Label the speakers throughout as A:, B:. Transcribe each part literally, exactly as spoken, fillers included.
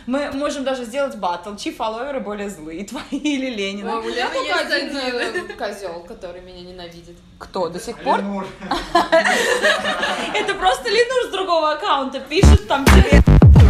A: Мы можем даже сделать баттл, чьи фолловеры более злые, твои или Ленина.
B: О, у меня есть один козел, который меня ненавидит.
A: Кто, до сих пор?
C: Ленур.
A: Это просто Ленур с другого аккаунта пишет там тебе.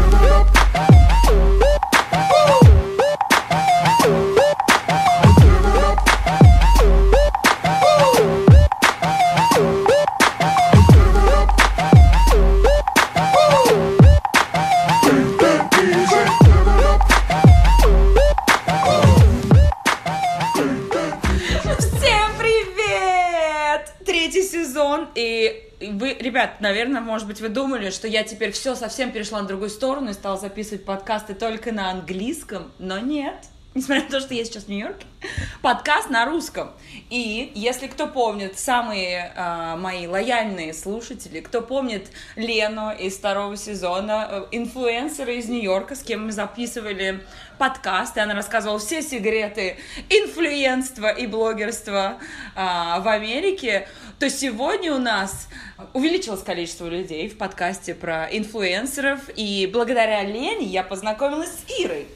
A: И вы, ребят, наверное, может быть, вы думали, что я теперь все совсем перешла на другую сторону и стала записывать подкасты только на английском, но нет. Несмотря на то, что я сейчас в Нью-Йорке, подкаст на русском. И если кто помнит, самые э, мои лояльные слушатели, кто помнит Лену из второго сезона, э, инфлюенсеры из Нью-Йорка, с кем мы записывали подкаст, и она рассказывала все секреты инфлюенства и блогерства э, в Америке, то сегодня у нас увеличилось количество людей в подкасте про инфлюенсеров, и благодаря Лене я познакомилась с Ирой.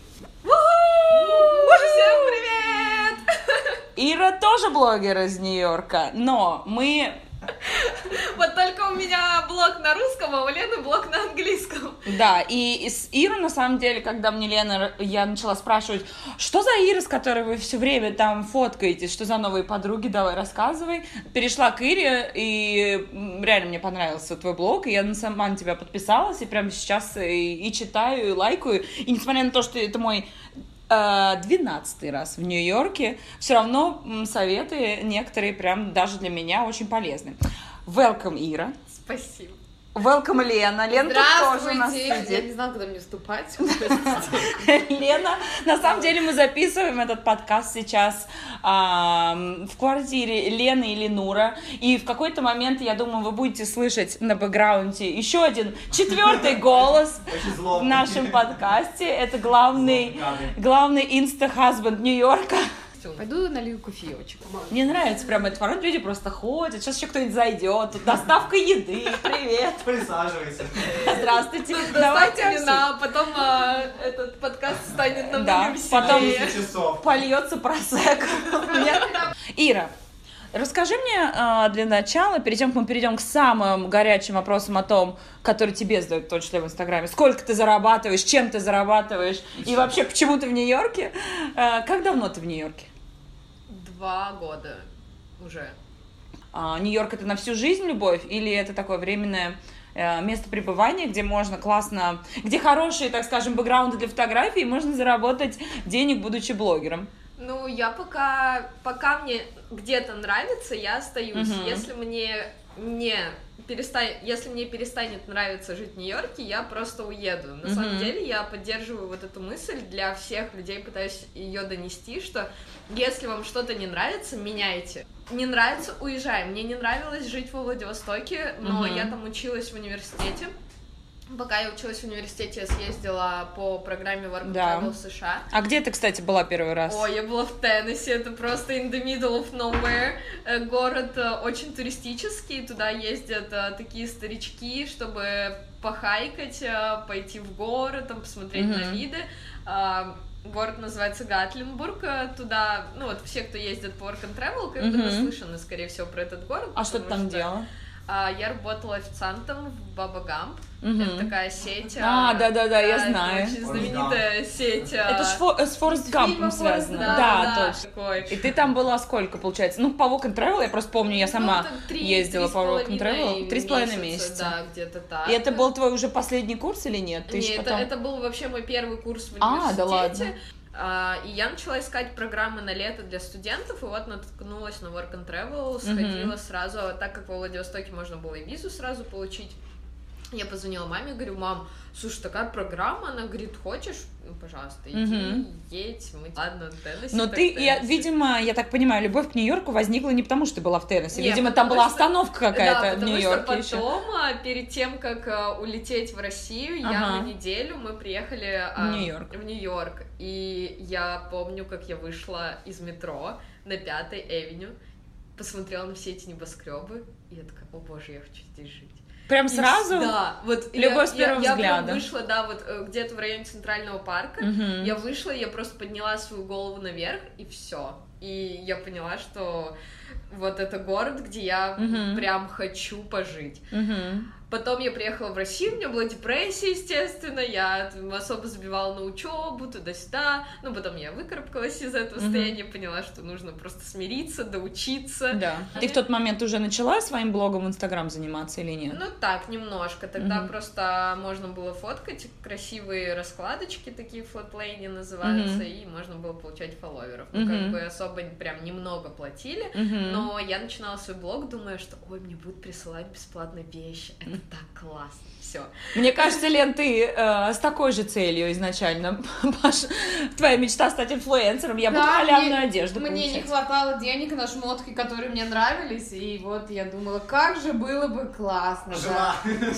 B: Всем привет!
A: Ира тоже блогер из Нью-Йорка, но мы...
B: Вот только у меня блог на русском, а у Лены блог на английском.
A: Да, и с Ирой, на самом деле, когда мне Лена, я начала спрашивать, что за Ира, с которой вы все время там фоткаетесь, что за новые подруги, давай рассказывай. Перешла к Ире, и реально мне понравился твой блог, и я сама на тебя подписалась, и прямо сейчас и, и читаю, и лайкаю, и несмотря на то, что это мой двенадцатый раз в Нью-Йорке, все равно советы некоторые прям даже для меня очень полезны. Welcome, Ира.
B: Спасибо.
A: Welcome, Лена. Лена тут тоже у нас сидит.
B: Я не знала, куда мне вступать.
A: Лена, на самом деле мы записываем этот подкаст сейчас а, в квартире Лены и Ленура, и в какой-то момент, я думаю, вы будете слышать на бэкграунде еще один четвертый голос в нашем подкасте. Это главный, главный инста-хазбенд Нью-Йорка.
B: Пойду налью кофеечек.
A: Мне нравится прям этот формат, люди просто ходят, сейчас еще кто-нибудь зайдет, тут доставка еды, привет.
C: Присаживайся.
A: Здравствуйте.
B: Давайте вина, потом а, этот подкаст станет намного
A: Да,
B: веселее.
A: потом польется просекко. Ира, расскажи мне э, для начала, перед тем, как мы перейдем к самым горячим вопросам о том, которые тебе задают, в том числе в Инстаграме, сколько ты зарабатываешь, чем ты зарабатываешь, и вообще, почему ты в Нью-Йорке, э, как давно ты в Нью-Йорке?
B: Два года уже.
A: А, Нью-Йорк — это на всю жизнь любовь, или это такое временное э, место пребывания, где можно классно, где хорошие, так скажем, бэкграунды для фотографий, и можно заработать денег, будучи блогером?
B: Ну, я пока, пока мне где-то нравится, я остаюсь.
A: Мгм.
B: Если мне не перестанет, если мне перестанет нравиться жить в Нью-Йорке, я просто уеду. На
A: Мгм.
B: самом деле, я поддерживаю вот эту мысль для всех людей, пытаюсь ее донести, что если вам что-то не нравится, меняйте. Не нравится — уезжай. Мне не нравилось жить во Владивостоке, но
A: Мгм.
B: я там училась в университете. Пока я училась в университете, я съездила по программе Work and
A: Да.
B: Travel в США.
A: А где ты, кстати, была первый раз?
B: Ой, я была в Теннесси, это просто in the middle of nowhere. Э, Город э, очень туристический, туда ездят э, такие старички, чтобы похайкать, э, пойти в город, там, посмотреть
A: Мгм.
B: на виды. А, Город называется Гатлинбург, э, туда, ну вот все, кто ездит по Work and Travel, как бы
A: Мгм.
B: наслышаны, скорее всего, про этот город.
A: А что ты
B: потому
A: там делала?
B: а, я работала официантом в Баба Гамп.
A: Мгм.
B: Это такая сеть.
A: А, да-да-да, я
B: это
A: знаю.
B: очень знаменитая сеть. а,
A: Это ж фо- с Форест Гампом
B: фильма
A: связано.
B: Форест,
A: Да, точно.
B: такой.
A: И ты там была сколько, получается? Ну, по Walk and Travel, я просто помню, я сама
B: Ну, так три-
A: ездила
B: три
A: по
B: с
A: Walk and Travel.
B: половиной
A: Три с половиной месяца.
B: Да, где-то так.
A: И это был твой уже последний курс или нет? Ты
B: Не,
A: ещё
B: это,
A: потом...
B: это был вообще мой первый курс в
A: А,
B: университете.
A: да ладно.
B: А, и я начала искать программы на лето для студентов, и вот наткнулась на Work and Travel, сходила
A: Мгм.
B: сразу, так как во Владивостоке можно было и визу сразу получить. Я позвонила маме, говорю: мам, слушай, такая программа, она говорит, хочешь? Ну, пожалуйста, иди,
A: Мгм.
B: едь, мы... Ладно, Теннесси,
A: Но
B: так
A: ты, я,
B: Теннесси.
A: видимо, я так понимаю, любовь к Нью-Йорку возникла не потому, что ты была в Теннесси.
B: Не,
A: Видимо, там
B: потому
A: была
B: что-
A: остановка какая-то
B: Да,
A: в
B: потому
A: Нью-Йорке
B: что
A: еще.
B: потом, а, перед тем, как а, улететь в Россию, я
A: Ага.
B: на неделю, мы приехали а,
A: В Нью-Йорк.
B: в Нью-Йорк, и я помню, как я вышла из метро на Пятой Эвеню, посмотрела на все эти небоскребы, и я такая: о боже, я хочу здесь жить.
A: Прям сразу?
B: И, да, вот
A: любовь
B: я,
A: с первого
B: я,
A: взгляда.
B: Я прям вышла, да, вот где-то в районе Центрального парка,
A: угу.
B: я вышла, я просто подняла свою голову наверх, и все. И я поняла, что вот это город, где я угу. прям хочу пожить.
A: Угу.
B: Потом я приехала в Россию, у меня была депрессия, естественно, я особо забивала на учебу, туда-сюда, ну, потом я выкарабкалась из этого mm-hmm. состояния, поняла, что нужно просто смириться, доучиться.
A: Да. Ты в тот момент уже начала своим блогом в Инстаграм заниматься или нет?
B: Ну, так, немножко. Тогда
A: mm-hmm.
B: просто можно было фоткать красивые раскладочки, такие флотлейни называются, mm-hmm. и можно было получать фолловеров. Ну, mm-hmm. как бы особо прям немного платили, mm-hmm. но я начинала свой блог, думая, что, ой, мне будут присылать бесплатные вещи, это так классно, все.
A: Мне кажется, Лен, ты э, с такой же целью изначально, Паша, твоя мечта стать инфлюенсером, я да, буду халявную мне, одежду
C: мне
A: получать.
C: Мне не хватало денег на шмотки, которые мне нравились, и вот я думала, как же было бы классно.
D: Жила.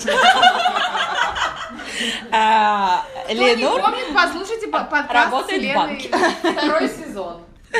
C: Кто не помнит, послушайте подкаст с Леной, второй сезон.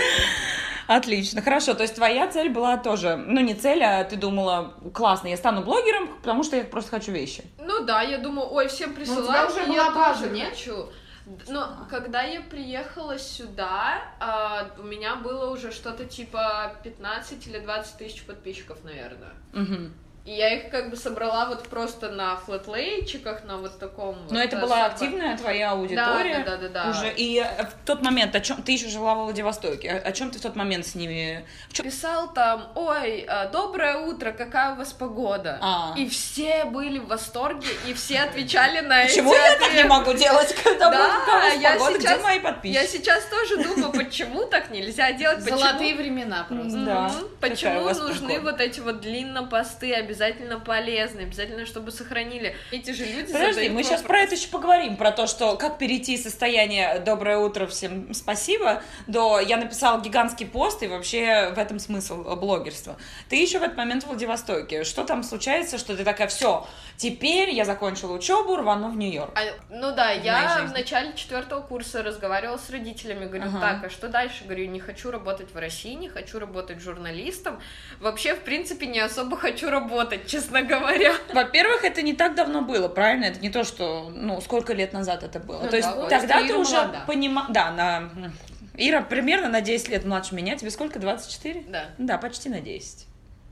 A: Отлично, хорошо, то есть твоя цель была тоже, ну не цель, а ты думала, классно, я стану блогером, потому что я просто хочу вещи.
B: Ну да, я думаю, ой, всем присылают,
C: ну, у тебя уже была
B: я
C: база,
B: тоже
C: нет?
B: хочу. Но когда я приехала сюда, а, у меня было уже что-то типа пятнадцать или двадцать тысяч подписчиков, наверное.
A: Угу.
B: И я их как бы собрала вот просто на флотлейчиках, на вот таком...
A: Но
B: вот
A: это была активная твоя аудитория?
B: Да, да, да, да.
A: Уже. И в тот момент, о чем ты еще жила в Владивостоке, о чем ты в тот момент с ними...
B: Писал там, ой, доброе утро, какая у вас погода?
A: А.
B: И все были в восторге, и все отвечали на эти
A: Почему я так не могу делать, когда
B: будет
A: погода? Где мои подписчики?
B: Я сейчас тоже думаю, почему так нельзя делать?
C: Золотые времена просто.
A: Да.
B: Почему нужны вот эти вот длиннопосты, обязательно полезные, обязательно, чтобы сохранили. Эти же люди
A: Подожди, мы сейчас про это еще поговорим, про то, что как перейти из состояния «доброе утро, всем спасибо» до «я написала гигантский пост» и вообще в этом смысл блогерства. Ты еще в этот момент в Владивостоке. Что там случается, что ты такая, все, теперь я закончила учебу, рвану в Нью-Йорк?
B: А, ну да, в я в начале четвертого курса разговаривала с родителями, говорю, ага. так, а что дальше? Говорю, не хочу работать в России, не хочу работать журналистом, вообще, в принципе, не особо хочу работать, честно говоря.
A: Во-первых, это не так давно было, правильно? Это не то, что, ну, сколько лет назад это было.
B: Ну,
A: то есть
B: да,
A: тогда ты
B: Ира
A: уже понимала... Да, на... Ира примерно на десять лет младше меня. Тебе сколько, двадцать четыре?
B: Да.
A: Да, почти на десять.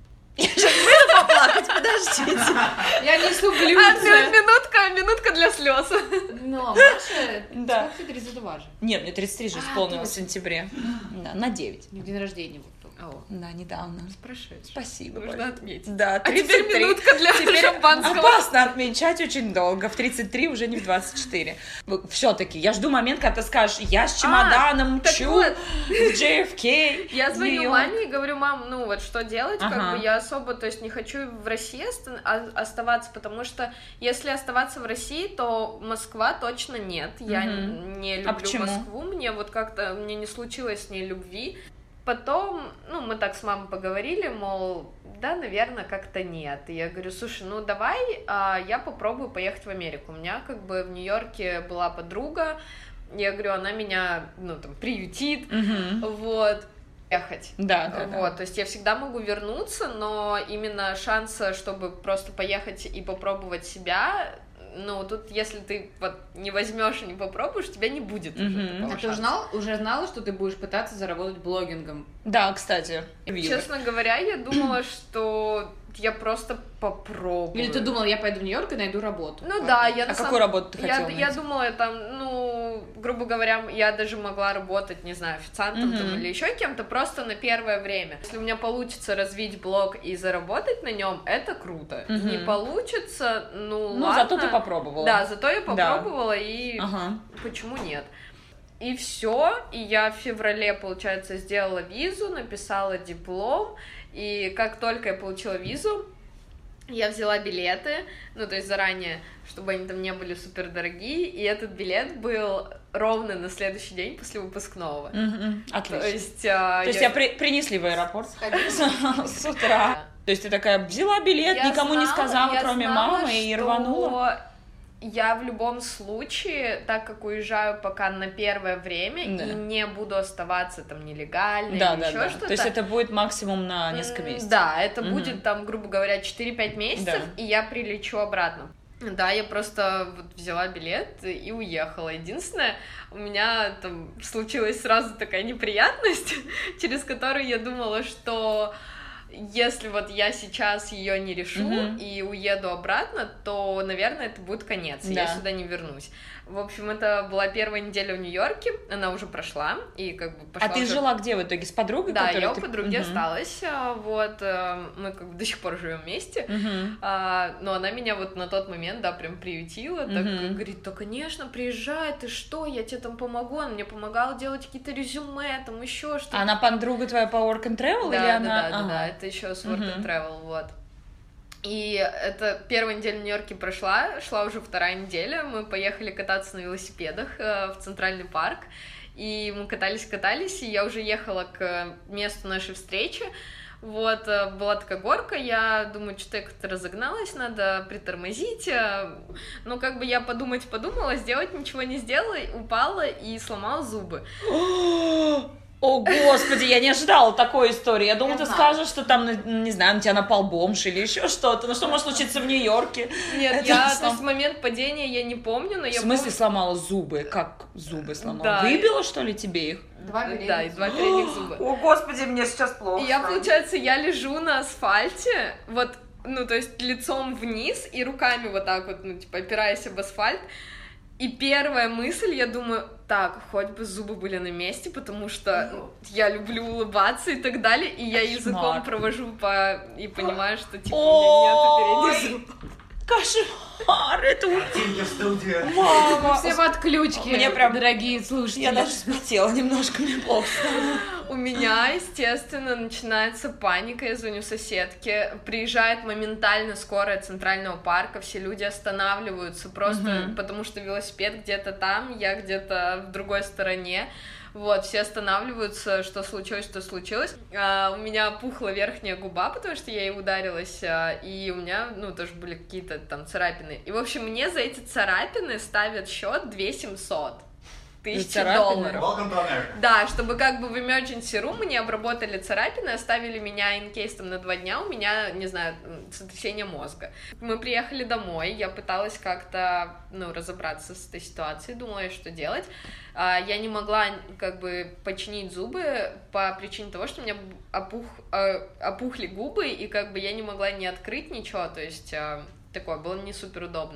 A: Я сейчас буду поплакать, подождите.
C: Я несу блюдце.
B: А, минутка, минутка для слез.
C: Ну, а Маша,
A: да.
C: сколько тебе тридцать два же?
A: Нет, мне тридцать три же исполнилось в сентябре. Да, на девять.
C: День рождения вот.
B: О.
A: Да, недавно.
B: Спрашиваю.
A: Спасибо.
B: Нужно отметить.
A: Да,
B: тридцать три. А теперь минутка для
A: теперь
B: шампанского.
A: Опасно отмечать очень долго. В тридцать три уже не в двадцать четыре. Все-таки я жду момент, когда ты скажешь, я с чемоданом
B: а,
A: мчу
B: вот.
A: в джей эф кей.
B: Я звоню маме и говорю, мам, ну вот что делать,
A: ага.
B: как бы я особо, то есть не хочу в России оставаться, потому что если оставаться в России, то Москва точно нет. Я
A: угу.
B: не люблю
A: а почему?
B: Москву, мне вот как-то, мне не случилось с ней любви. Потом, ну, мы так с мамой поговорили, мол, да, наверное, как-то нет. И я говорю, слушай, ну, давай а, я попробую поехать в Америку. У меня, как бы, в Нью-Йорке была подруга, я говорю, она меня, ну, там, приютит,
A: угу.
B: вот, ехать.
A: Да, да,
B: вот,
A: да.
B: То есть я всегда могу вернуться, но именно шанса, чтобы просто поехать и попробовать себя... Ну, тут, если ты вот не возьмешь и не попробуешь, тебя не будет.
A: Mm-hmm.
C: А ты уже, знал, уже знала, что ты будешь пытаться заработать блогингом?
A: Да, кстати.
B: Честно говоря, я думала, что я просто попробую.
C: Или ты думала, я пойду в Нью-Йорк и найду работу?
B: Ну да, я
A: а
B: на
A: какую
B: самом...
A: работу ты хотела
B: я,
A: найти?
B: Я думала, там, ну, грубо говоря, я даже могла работать, не знаю, официантом mm-hmm. там, или еще кем-то, просто на первое время. Если у меня получится развить блог и заработать на нем, это круто.
A: Mm-hmm.
B: Не получится, ну,
A: ну
B: ладно.
A: зато ты попробовала.
B: Да, зато я попробовала,
A: да.
B: и
A: ага.
B: почему нет? И все, и я в феврале, получается, сделала визу, написала диплом, и как только я получила визу, я взяла билеты, ну, то есть заранее, чтобы они там не были супер дорогие, и этот билет был ровно на следующий день после выпускного.
A: Mm-hmm. Отлично.
B: То есть, а,
A: то есть
B: я...
A: тебя при- принесли в аэропорт с утра. То есть ты такая взяла билет, никому не сказала, кроме мамы, и рванула?
B: Я в любом случае, так как уезжаю пока на первое время, да. и не буду оставаться там нелегально
A: да,
B: или
A: да,
B: еще
A: да.
B: что-то.
A: То есть это будет максимум на несколько месяцев.
B: Да, это
A: угу.
B: будет там, грубо говоря, четыре-пять месяцев, да. и я прилечу обратно. Да, я просто вот взяла билет и уехала. Единственное, у меня там случилась сразу такая неприятность, через которую я думала, что если вот я сейчас ее не решу mm-hmm. и уеду обратно, то, наверное, это будет конец, да. я сюда не вернусь. В общем, это была первая неделя в Нью-Йорке, она уже прошла, и как бы пошла.
A: А ты
B: уже...
A: жила где в итоге, с подругой?
B: Да, я
A: ты...
B: у подруги
A: uh-huh.
B: осталась, вот, мы как бы до сих пор живем вместе,
A: uh-huh.
B: но она меня вот на тот момент, да, прям приютила, так uh-huh. говорит, да, конечно, приезжай, ты что, я тебе там помогу, она мне помогала делать какие-то резюме, там еще что-то.
A: Она подруга твоя по work and travel,
B: да,
A: или
B: да,
A: она?
B: Да, да, ага. да, это еще с work uh-huh. and travel, вот. И это первая неделя в Нью-Йорке прошла, шла уже вторая неделя, мы поехали кататься на велосипедах э, в Центральный парк, и мы катались-катались, и я уже ехала к месту нашей встречи, вот, э, была такая горка, я думаю, что-то я как-то разогналась, надо притормозить, э, но как бы я подумать подумала, сделать ничего не сделала, упала и сломала зубы.
A: О, господи, я не ожидала такой истории. Я думала, я ты знаю. Скажешь, что там, не знаю, на тебя напал бомж или еще что-то. Ну, что может случиться в Нью-Йорке?
B: Нет, это я, слом... то есть, момент падения я не помню, но я...
A: В смысле
B: помню...
A: сломала зубы? Как зубы сломала?
B: Да.
A: Выбила, что ли, тебе их?
C: Два передних
B: Да, и два передних зуба.
A: О, господи, мне сейчас плохо.
B: И я, получается, я лежу на асфальте, вот, ну, то есть, лицом вниз и руками вот так вот, ну, типа, опираясь об асфальт. И первая мысль, я думаю, так, хоть бы зубы были на месте, потому что ну, я люблю улыбаться и так далее, и я языком провожу по... и понимаю, что, типа, у меня нету передних зубов.
A: Кошмар, это
D: ужасно.
A: Мама.
C: Все в отключке,
A: мне прям,
C: дорогие слушатели.
A: Я даже вспотела немножко, мне плохо.
B: У меня, естественно, начинается паника, я звоню соседке, приезжает моментально скорая Центрального парка, все люди останавливаются просто uh-huh. потому, что велосипед где-то там, я где-то в другой стороне. Вот, все останавливаются, что случилось, что случилось. А, у меня пухла верхняя губа, потому что я ей ударилась, а, и у меня, ну, тоже были какие-то там царапины. И, в общем, мне за эти царапины ставят счет две тысячи семьсот. Тысячи долларов. Да, чтобы как бы в emergency room мне обработали царапины, оставили меня in case там на два дня, у меня, не знаю, сотрясение мозга. Мы приехали домой, я пыталась как-то, ну, разобраться с этой ситуацией, думала, что делать. Я не могла как бы починить зубы по причине того, что у меня опух, опухли губы, и как бы я не могла ни открыть ничего, то есть такое было не супер удобно.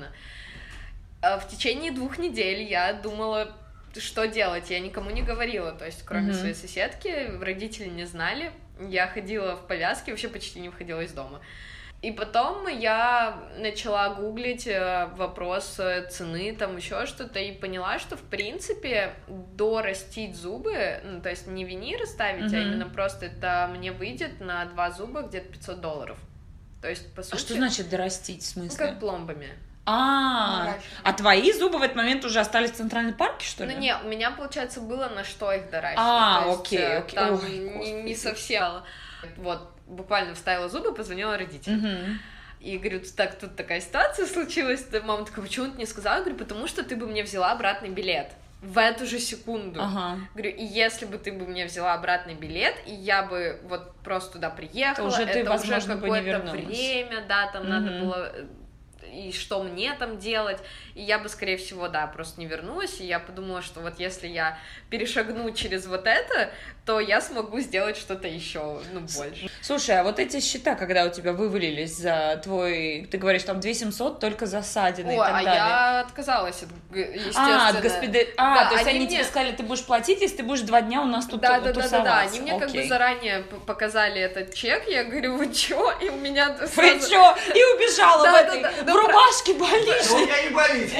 B: В течение двух недель я думала, что делать, я никому не говорила, то есть кроме mm-hmm. своей соседки, родители не знали, я ходила в повязке, вообще почти не выходила из дома. И потом я начала гуглить вопрос цены, там еще что-то, и поняла, что в принципе дорастить зубы, ну, то есть не виниры ставить, mm-hmm. а именно просто это мне выйдет на два зуба где-то пятьсот долларов. То есть, по сути...
A: А что значит дорастить, в смысле?
B: Ну, как пломбами.
A: А, а твои зубы в этот момент уже остались в Центральном парке, что ли?
B: Ну, не, у меня, получается, было на что их доращивать.
A: А,
B: то есть,
A: окей, окей.
B: Там
A: Ой,
B: не, не совсем. Вот, буквально вставила зубы, позвонила родителям.
A: Угу.
B: И говорю, так, тут такая ситуация случилась. Мама такая, почему ты не сказала? Я говорю, потому что ты бы мне взяла обратный билет. В эту же секунду.
A: Ага.
B: Говорю, и если бы ты бы мне взяла обратный билет, и я бы вот просто туда приехала,
A: уже
B: это
A: ты,
B: уже
A: возможно,
B: какое-то время, да, там
A: угу.
B: надо было... и что мне там делать, и я бы, скорее всего, да, просто не вернулась, и я подумала, что вот если я перешагну через вот это, то я смогу сделать что-то еще, ну, больше.
A: Слушай, а вот эти счета, когда у тебя вывалились за твой, ты говоришь, там две тысячи семьсот только за ссадины
B: О,
A: и так
B: а
A: далее.
B: я отказалась, естественно.
A: А, от господи... а
B: да,
A: то есть они,
B: они
A: тебе
B: мне...
A: сказали, ты будешь платить, если ты будешь два дня у нас тут
B: да,
A: тусоваться.
B: Да, да, да, они мне
A: Окей.
B: как бы заранее показали этот чек, я говорю, вы чё? И у меня...
A: Вы
B: сразу...
A: чё? И убежала
B: да,
A: в этой,
B: да, да,
A: в рубашке больничной.
D: У меня не болит.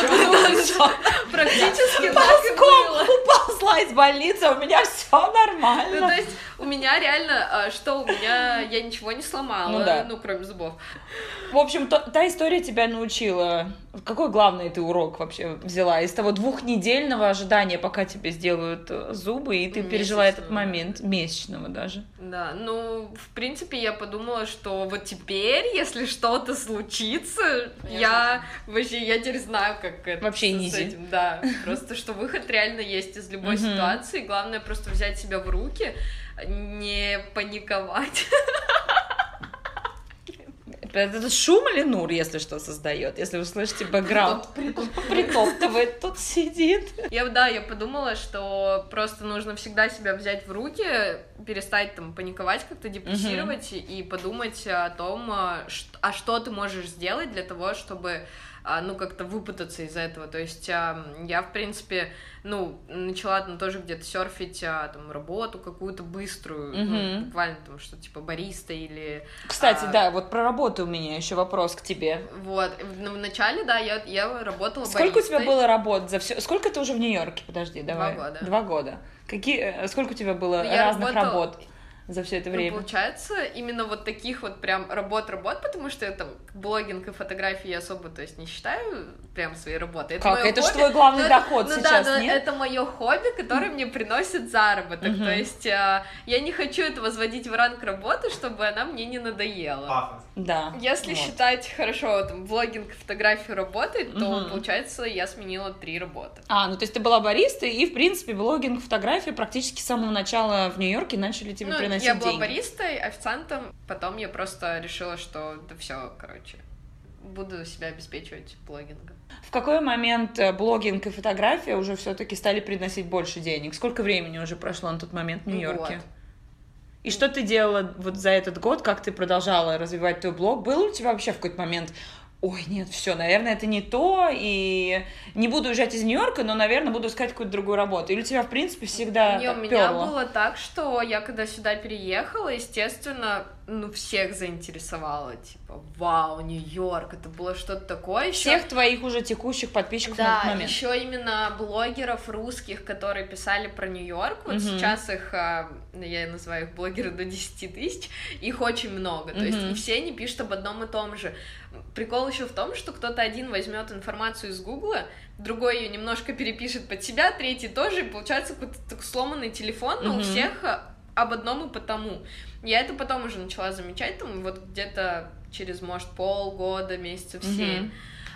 B: Практически
A: ползком уползла из больницы, у меня все нормально.
B: Ну, то есть у меня реально, что у меня, я ничего не сломала,
A: ну, да.
B: ну, кроме зубов.
A: В общем, то, та история тебя научила Какой главный ты урок вообще взяла из того двухнедельного ожидания, пока тебе сделают зубы, и ты месячного. Пережила этот момент, месячного даже?
B: Да, ну, в принципе, я подумала, что вот теперь, если что-то случится, я, я вообще, я теперь знаю, как это
A: вообще
B: с
A: изи.
B: этим, да, просто что выход реально есть из любой ситуации, главное просто взять себя в руки, не паниковать.
A: Это шум или Нур, если что, создает? Если вы слышите бэкграунд, притоптывает, тут сидит.
B: Я, да, я подумала, что просто нужно всегда себя взять в руки, перестать там паниковать, как-то депрессировать uh-huh. и подумать о том, а что ты можешь сделать для того, чтобы ну, как-то выпутаться из этого. То есть я, в принципе, ну, начала там тоже где-то серфить там работу какую-то быструю, mm-hmm. ну, буквально там что-то типа бариста или...
A: Кстати,
B: а...
A: да, вот про работу у меня еще вопрос к тебе.
B: Вот, в, в начале, да, я, я работала
A: Сколько
B: баристой.
A: у тебя было работ за все? Сколько ты уже в Нью-Йорке? Подожди, давай.
B: Два года.
A: Два года. Какие... Сколько у тебя было
B: ну,
A: разных
B: работала...
A: работ за все это время?
B: Ну, получается, именно вот таких вот прям работ-работ, потому что это блогинг и фотографии я особо, то есть, не считаю прям своей работой. Это
A: как? Это
B: хобби.
A: же твой главный
B: но
A: доход
B: это,
A: сейчас,
B: ну, да,
A: нет?
B: Это мое хобби, которое мне приносит заработок.
A: Uh-huh.
B: То есть, я не хочу это возводить в ранг работы, чтобы она мне не надоела.
D: Пафос.
A: Да.
B: Если
A: вот.
B: считать хорошо, там, блогинг и фотографию работой, то, uh-huh. получается, я сменила три работы.
A: А, ну, то есть, ты была баристой, и, в принципе, блогинг, фотография практически с самого начала в Нью-Йорке начали тебе
B: ну,
A: приносить
B: я
A: деньги.
B: Я была баристой, официантом, потом я просто решила, что это все, короче, буду себя обеспечивать блогингом.
A: В какой момент блогинг и фотография уже все-таки стали приносить больше денег? Сколько времени уже прошло на тот момент в Нью-Йорке?
B: Год.
A: И что ты делала вот за этот год? Как ты продолжала развивать твой блог? Был у тебя вообще в какой-то момент... Ой, нет, все, наверное, это не то, и не буду уезжать из Нью-Йорка, но, наверное, буду искать какую-то другую работу. Или у тебя, в принципе, всегда
B: не,
A: так
B: у меня
A: пёрло?
B: было так, что я когда сюда переехала, естественно, ну, всех заинтересовало, типа, вау, Нью-Йорк, это было что-то такое.
A: Всех
B: ещё...
A: твоих уже текущих подписчиков
B: да,
A: на этот момент.
B: еще именно блогеров русских, которые писали про Нью-Йорк, вот
A: uh-huh.
B: сейчас их, я называю их блогеры до десяти тысяч, их очень много, то uh-huh. есть и все они пишут об одном и том же. Прикол еще в том, что кто-то один возьмет информацию из Гугла, другой ее немножко перепишет под себя, третий тоже, и получается какой-то такой сломанный телефон, но uh-huh. у всех об одном и потому. Я это потом уже начала замечать, там вот где-то через, может, полгода, месяцев семь. Uh-huh.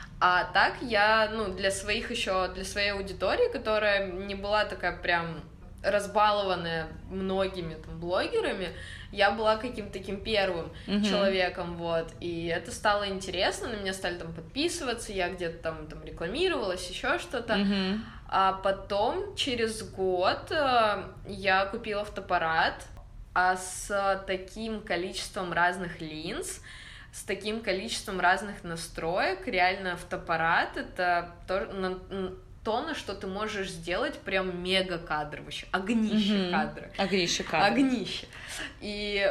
B: А так я, ну, для своих еще, для своей аудитории, которая не была такая прям разбалованная многими там блогерами, я была каким-то таким первым uh-huh. человеком, вот, и это стало интересно, на меня стали там подписываться, я где-то там, там рекламировалась, еще что-то,
A: uh-huh.
B: а потом через год э, я купила фотоаппарат, а с таким количеством разных линз, с таким количеством разных настроек, реально фотоаппарат — это то, на, то, на что ты можешь сделать прям мега кадр вообще, огнище mm-hmm. кадра.
A: Огнище кадра.
B: Огнище. И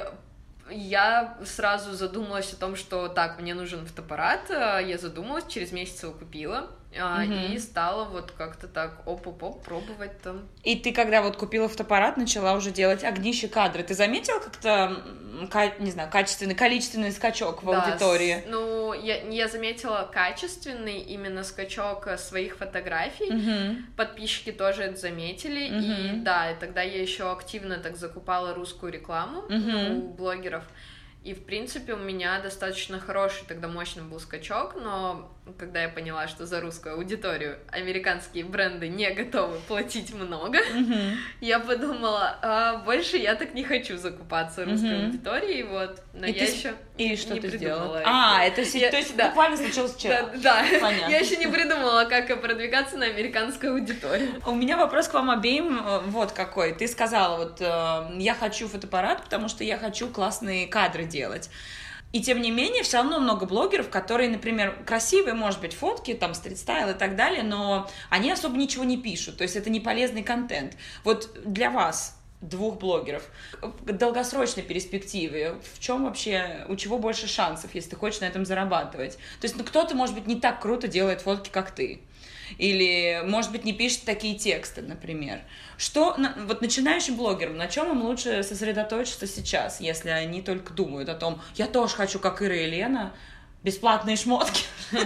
B: я сразу задумалась о том, что так, мне нужен фотоаппарат, я задумалась, через месяц его купила, mm-hmm. и стала вот как-то так оп-оп-оп пробовать там.
A: И ты, когда вот купила фотоаппарат, начала уже делать огнище кадры, ты заметила как-то, не знаю, качественный, количественный скачок в
B: да,
A: аудитории?
B: С, ну, я, я заметила качественный именно скачок своих фотографий, mm-hmm. подписчики тоже это заметили, mm-hmm. и да, и тогда я еще активно так закупала русскую рекламу mm-hmm. у блогеров. И, в принципе, у меня достаточно хороший тогда мощный был скачок, но когда я поняла, что за русскую аудиторию американские бренды не готовы платить много, mm-hmm. я подумала, а, больше я так не хочу закупаться русской mm-hmm. аудиторией, вот. Но
A: и
B: я
A: ты...
B: еще
A: и что
B: не
A: ты
B: придумала.
A: Сделала? А, это я... то есть да. буквально случилось вчера.
B: Да, да.
A: Понятно.
B: Я еще не придумала, как продвигаться на американскую аудиторию.
A: У меня вопрос к вам обеим вот какой. Ты сказала, вот, я хочу фотоаппарат, потому что я хочу классные кадры делать. И тем не менее, все равно много блогеров, которые, например, красивые, может быть, фотки, там, стрит-стайл и так далее, но они особо ничего не пишут, то есть это не полезный контент. Вот для вас, двух блогеров, в долгосрочной перспективе, в чем вообще, у чего больше шансов, если ты хочешь на этом зарабатывать? То есть, ну, кто-то, может быть, не так круто делает фотки, как ты. Или, может быть, не пишет такие тексты, например. Что вот начинающим блогерам, на чем им лучше сосредоточиться сейчас, если они только думают о том, я тоже хочу, как Ира и Лена, бесплатные шмотки.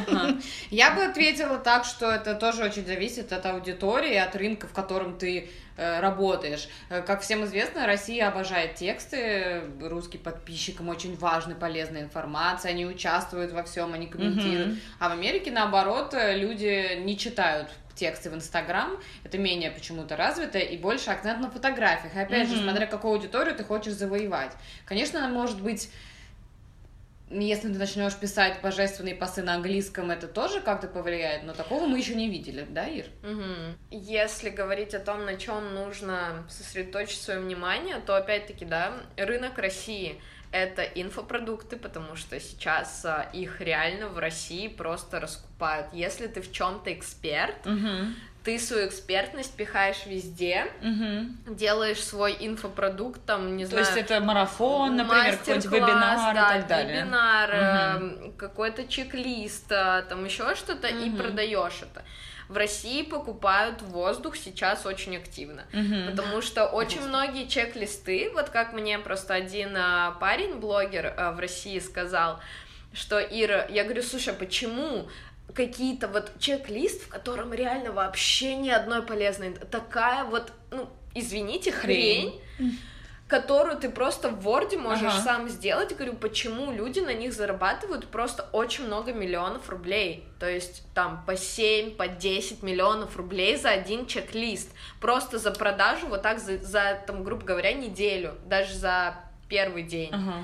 C: Я бы ответила так, что это тоже очень зависит от аудитории, от рынка, в котором ты э, работаешь. Как всем известно, Россия обожает тексты, русским подписчикам очень важна полезная информация, они участвуют во всем, они комментируют. Mm-hmm. А в Америке, наоборот, люди не читают тексты в Инстаграм, это менее почему-то развито, и больше акцент на фотографиях. И опять mm-hmm. же, смотря какую аудиторию ты хочешь завоевать. Конечно, она может быть... Если ты начнешь писать божественные посты на английском, это тоже как-то повлияет, но такого мы еще не видели, да, Ир?
B: Угу. Если говорить о том, на чем нужно сосредоточить свое внимание, то опять-таки, да, рынок России — это инфопродукты, потому что сейчас а, их реально в России просто раскупают. Если ты в чем-то эксперт, угу. ты свою экспертность пихаешь везде, угу. делаешь свой инфопродукт, там, не
A: То
B: знаю...
A: То есть это марафон, например, какой-нибудь вебинар
B: да,
A: и так далее.
B: вебинар,
A: угу.
B: какой-то чек-лист, там еще что-то, угу. и продаешь это. В России покупают воздух сейчас очень активно, угу. потому что очень многие чек-листы, вот как мне просто один а, парень, блогер а, в России сказал, что, Ира, я говорю, слушай, а почему какие-то вот чек-лист, в котором реально вообще ни одной полезной, такая вот, ну, извините, хрень, хрень которую ты просто в Word можешь ага. сам сделать. Говорю, почему люди на них зарабатывают просто очень много миллионов рублей, то есть там по семь, по десять миллионов рублей за один чек-лист, просто за продажу вот так за, за там, грубо говоря, неделю, даже за первый день. Ага.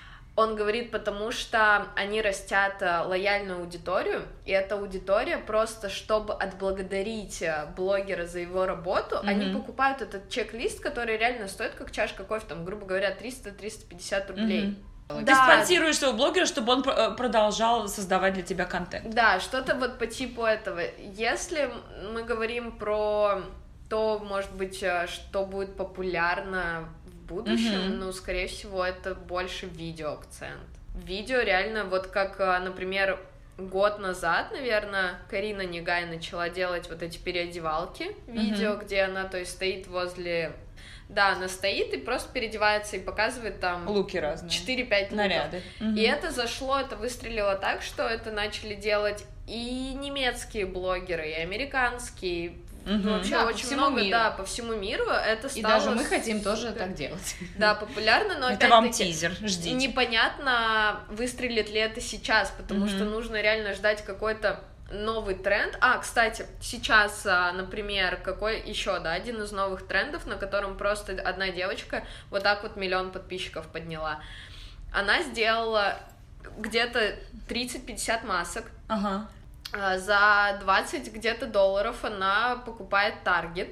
B: Он говорит, потому что они растят лояльную аудиторию, и эта аудитория просто, чтобы отблагодарить блогера за его работу, mm-hmm. они покупают этот чек-лист, который реально стоит как чашка кофе, там, грубо говоря, триста - триста пятьдесят рублей.
A: Mm-hmm. Да. Ты спонсируешь своего блогера, чтобы он продолжал создавать для тебя контент.
B: Да, что-то вот по типу этого. Если мы говорим про то, может быть, что будет популярно в будущем, mm-hmm. ну, скорее всего, это больше видео-акцент. Видео реально, вот как, например, год назад, наверное, Карина Нигай начала делать вот эти переодевалки, видео, mm-hmm. где она, то есть, стоит возле... Да, она стоит и просто переодевается и показывает там...
A: Луки разные.
B: четыре-пять
A: наряды.
B: Mm-hmm. И это зашло, это выстрелило так, что это начали делать и немецкие блогеры, и американские. Угу. Вообще да, очень много, миру. Да, по всему миру это стало...
C: И даже мы хотим тоже так делать.
B: Да, популярно, но
A: это вам тизер, ждите.
B: Непонятно, выстрелит ли это сейчас, потому угу. что нужно реально ждать какой-то новый тренд. А, кстати, сейчас, например, какой еще, да, один из новых трендов, на котором просто одна девочка вот так вот миллион подписчиков подняла. Она сделала где-то тридцать-пятьдесят масок.
A: Ага.
B: За двадцать где-то долларов она покупает Target,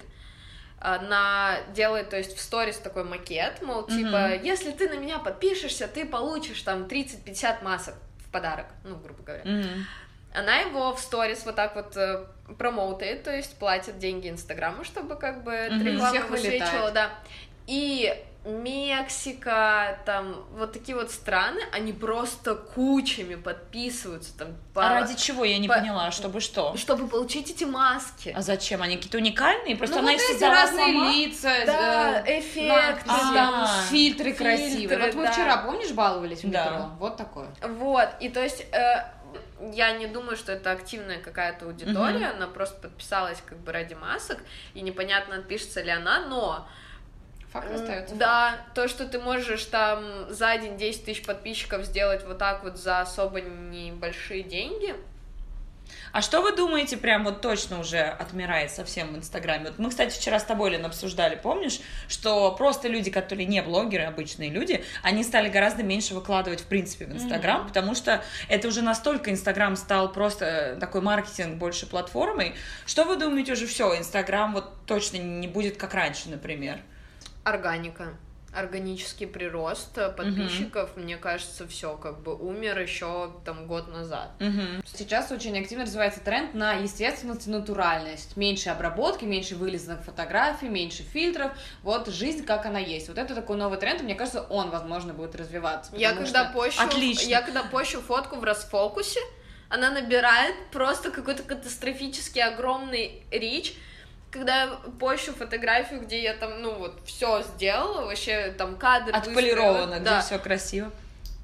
B: она делает, то есть в сторис такой макет, мол, mm-hmm. типа, если ты на меня подпишешься, ты получишь там тридцать-пятьдесят масок в подарок, ну, грубо говоря. Mm-hmm. Она его в сторис вот так вот э, промоутает, то есть платит деньги Инстаграму, чтобы как бы mm-hmm. реклама высвечивала, да. И Мексика, там, вот такие вот страны, они просто кучами подписываются там. По,
A: а ради чего, я не
B: по,
A: поняла, чтобы что?
B: Чтобы получить эти маски.
A: А зачем? Они какие-то уникальные? Просто
C: ну,
A: она
C: вот
A: их
C: эти
A: создала
C: разные
A: сама?
C: лица,
B: да, э, эффекты,
C: а,
B: там,
C: фильтры красивые. Вот мы
B: да.
C: вчера, помнишь, баловались в
A: да.
C: метро? Вот такое.
B: Вот, и то есть... Э, я не думаю, что это активная какая-то аудитория, uh-huh. она просто подписалась как бы ради масок, и непонятно, отпишется ли она, но...
C: Факт остается.
B: Да,
C: факт.
B: То, что ты можешь там за день десять тысяч подписчиков сделать вот так вот за особо небольшие деньги.
A: А что вы думаете, прям вот точно уже отмирает совсем в Инстаграме? Вот мы, кстати, вчера с тобой, Лен, обсуждали, помнишь, что просто люди, которые не блогеры, обычные люди, они стали гораздо меньше выкладывать, в принципе, в Инстаграм, mm-hmm. потому что это уже настолько Инстаграм стал просто такой маркетинг больше платформой. Что вы думаете, уже все, Инстаграм вот точно не будет как раньше, например?
B: Органика. Органический прирост подписчиков, uh-huh. мне кажется, все как бы умер еще там год назад.
C: Uh-huh. Сейчас очень активно развивается тренд на естественность и натуральность. Меньше обработки, меньше вылизанных фотографий, меньше фильтров. Вот жизнь, как она есть. Вот это такой новый тренд, и мне кажется, он, возможно, будет развиваться.
B: Я когда,
C: что...
B: пощу,
A: Отлично.
B: я когда пощу фотку в расфокусе, она набирает просто какой-то катастрофически огромный рич. Когда я пощу фотографию, где я там, ну вот, все сделала, вообще там кадры
A: отполировано,
B: выстроила,
A: где
B: да.
A: все красиво.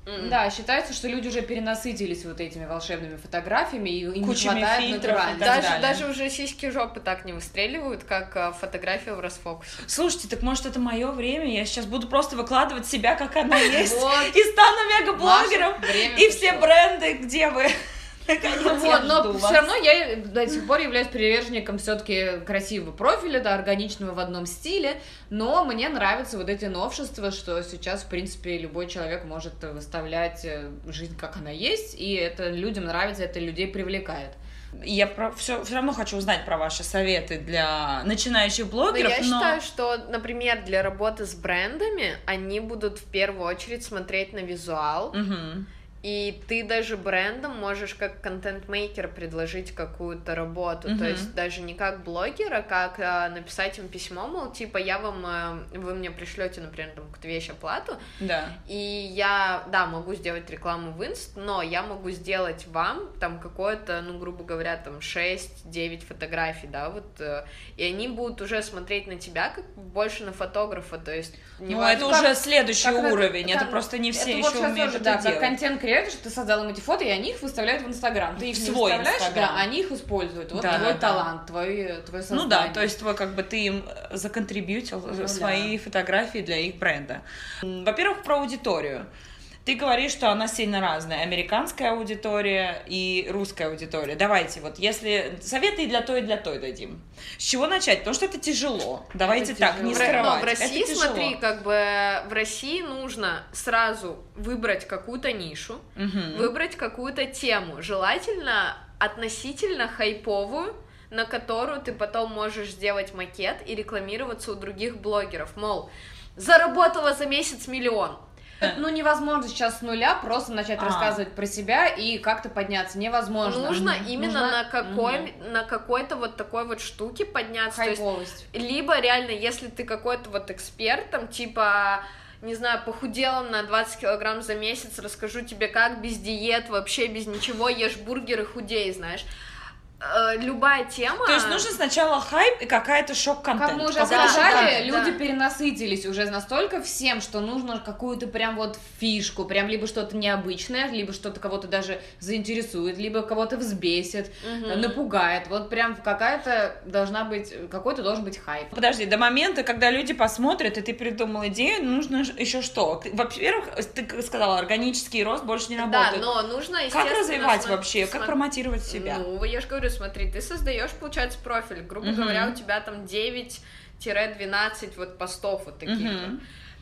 B: Mm.
C: Да, считается, что люди уже перенасытились вот этими волшебными фотографиями, и им не
A: Кучами
C: хватает
A: фильтров и
C: натуральности.
A: так
B: Даже,
A: далее.
B: даже уже сиськи жопы так не выстреливают, как а, фотография в расфокусе.
A: Слушайте, так может это мое время? Я сейчас буду просто выкладывать себя, как она есть,
C: Вот.
A: и стану мегаблогером,
C: Маша, время
A: и все
C: пришло.
A: бренды, где вы? Наконец, я
C: Вот, но
A: жду
C: все
A: вас.
C: равно я до сих пор являюсь приверженником все-таки красивого профиля, да, органичного в одном стиле, но мне нравятся вот эти новшества, что сейчас, в принципе, любой человек может выставлять жизнь, как она есть, и это людям нравится, это людей привлекает.
A: Я все, все равно хочу узнать про ваши советы для начинающих
B: Но
A: блогеров,
B: я
A: но...
B: считаю, что, например, для работы с брендами они будут в первую очередь смотреть на визуал,
A: Мгм.
B: и ты даже брендам можешь как контент-мейкер предложить какую-то работу,
A: Мгм.
B: то есть даже не как блогер, а как а, написать им письмо, мол, типа, я вам, а, вы мне пришлете, например, там, какую-то вещь, оплату,
A: Да.
B: и я, да, могу сделать рекламу в Инст, но я могу сделать вам там какое-то, ну, грубо говоря, там шесть-девять фотографий, да, вот, э, и они будут уже смотреть на тебя как больше на фотографа, то есть не
A: Ну,
B: важно,
A: это
C: как-
A: уже следующий
C: как на-
A: уровень, это
C: как-
A: просто не все
C: это
A: еще
C: вот сейчас
A: умеют
C: тоже,
A: это
C: да, как
A: делать.
C: контент-креатор, что ты создал им эти фото, и они их выставляют в Инстаграм. Ты их
A: В
C: не
A: свой
C: выставляешь,
A: Инстаграм.
C: да, они их используют. Вот
A: Да,
C: твой
A: да, да.
C: талант, твой, твое создание.
A: Ну да, то есть твой, как бы ты им законтрибьютил
C: Ну
A: свои фотографии для их бренда. М, Во-первых, про аудиторию. Ты говоришь, что она сильно разная. Американская аудитория и русская аудитория. Давайте, вот если советы и для той, и для той дадим. С чего начать? Потому что это тяжело. Давайте так,
C: тяжело.
A: не
B: В Ро-
A: скрывать.
B: но в России,
A: Это тяжело.
B: смотри, как бы в России нужно сразу выбрать какую-то нишу,
A: Мгм.
B: выбрать какую-то тему, желательно относительно хайповую, на которую ты потом можешь сделать макет и рекламироваться у других блогеров, мол, заработала за месяц миллион.
C: Ну, невозможно сейчас с нуля просто начать
A: А.
C: рассказывать про себя и как-то подняться. Невозможно.
B: Нужно
C: Мгм.
B: именно
C: Нужна
B: на какой, на какой-то вот такой вот штуке подняться. То есть
C: хайповость.
B: либо реально, если ты какой-то вот эксперт, там, типа, не знаю, похудела на двадцать килограмм за месяц, расскажу тебе, как без диет, вообще без ничего, ешь бургеры, худей, знаешь. Э, Любая тема...
A: То есть нужно сначала хайп и какая-то шок-контент.
C: Как мы уже
A: Какой-то
C: сказали,
A: шок-контент.
C: люди
B: да.
C: перенасытились уже настолько всем, что нужно какую-то прям вот фишку, прям либо что-то необычное, либо что-то кого-то даже заинтересует, либо кого-то взбесит,
B: Мгм.
C: напугает. Вот прям какая-то должна быть, какой-то должен быть хайп.
A: Подожди, до момента, когда люди посмотрят, и ты придумал идею, нужно ж- еще что? Во-первых, ты сказала, органический рост больше не
B: Да,
A: работает.
B: но нужно,
A: Как
B: естественно,
A: развивать
B: смо-
A: вообще? Как
B: смо-
A: промотировать себя?
B: Ну, я же говорю, смотри, ты создаешь, получается, профиль. Грубо
A: Мгм.
B: говоря, у тебя там девять-двенадцать вот постов вот таких
A: Мгм.
B: вот.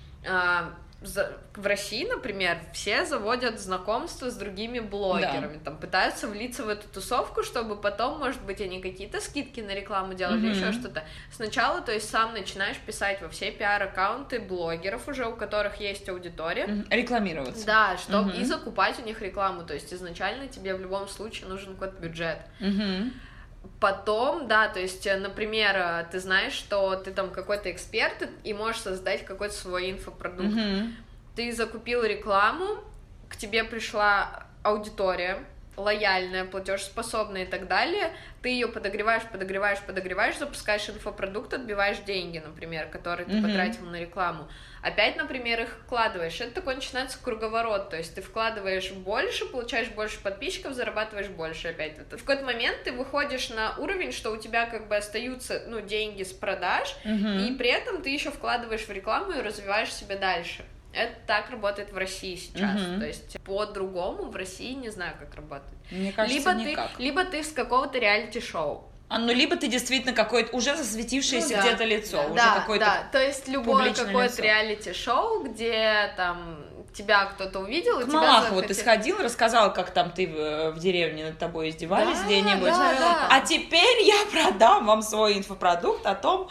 B: А, за- в России, например, все заводят знакомства с другими блогерами, там пытаются влиться в эту тусовку, чтобы потом, может быть, они какие-то скидки на рекламу делали,
A: Мгм.
B: еще что-то. Сначала, то есть, сам начинаешь писать во все пиар-аккаунты блогеров уже, у которых есть аудитория.
A: Мгм. Рекламироваться.
B: Да, чтобы
A: Мгм.
B: и закупать у них рекламу, то есть изначально тебе в любом случае нужен какой-то бюджет.
A: Мгм.
B: Потом, да, то есть, э, например, э, ты знаешь, что ты там какой-то эксперт и можешь создать какой-то свой инфопродукт.
A: Мгм.
B: Ты закупил рекламу, к тебе пришла аудитория лояльная, платежеспособная и так далее, ты ее подогреваешь, подогреваешь, подогреваешь, запускаешь инфопродукт, отбиваешь деньги, например, которые ты
A: Мгм.
B: потратил на рекламу. Опять, например, их вкладываешь. Это такой начинается круговорот, то есть ты вкладываешь больше, получаешь больше подписчиков, зарабатываешь больше опять. Это. В какой-то момент ты выходишь на уровень, что у тебя как бы остаются, ну, деньги с продаж,
A: Мгм.
B: и при этом ты еще вкладываешь в рекламу и развиваешь себя дальше. Это так работает в России сейчас.
A: Мгм.
B: То есть по-другому в России не знаю, как работает.
A: Мне кажется,
B: Либо
A: никак.
B: ты, либо ты с какого-то реалити-шоу.
A: А, ну, либо ты действительно какое-то уже засветившееся
C: Ну да,
A: где-то лицо,
C: да.
A: уже
B: Да,
A: какое-то...
B: да, то есть любое
A: публичное
B: какое-то
A: лицо.
B: реалити-шоу, где там тебя кто-то увидел, и
A: К
B: тебя
A: Малахову ты
B: захотели-
A: сходил, рассказал, как там ты в, в деревне над тобой издевались
B: Да,
A: где-нибудь.
B: да, да.
A: А теперь я продам вам свой инфопродукт о том,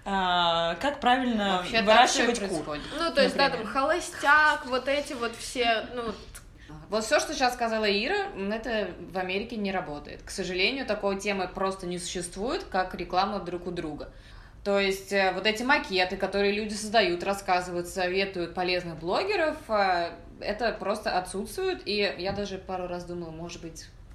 A: а, как правильно
C: Вообще так
A: выращивать
C: всё и
A: кур.
C: происходит.
B: Ну, то есть, да,
A: например.
B: там холостяк, вот эти вот все, ну,
C: Вот все, что сейчас сказала Ира, это в Америке не работает. К сожалению, такой темы просто не существует, как реклама друг у друга. То есть э, вот эти макеты, которые люди создают, рассказывают, советуют полезных блогеров, э, это просто отсутствует. И я даже пару раз думала, может быть,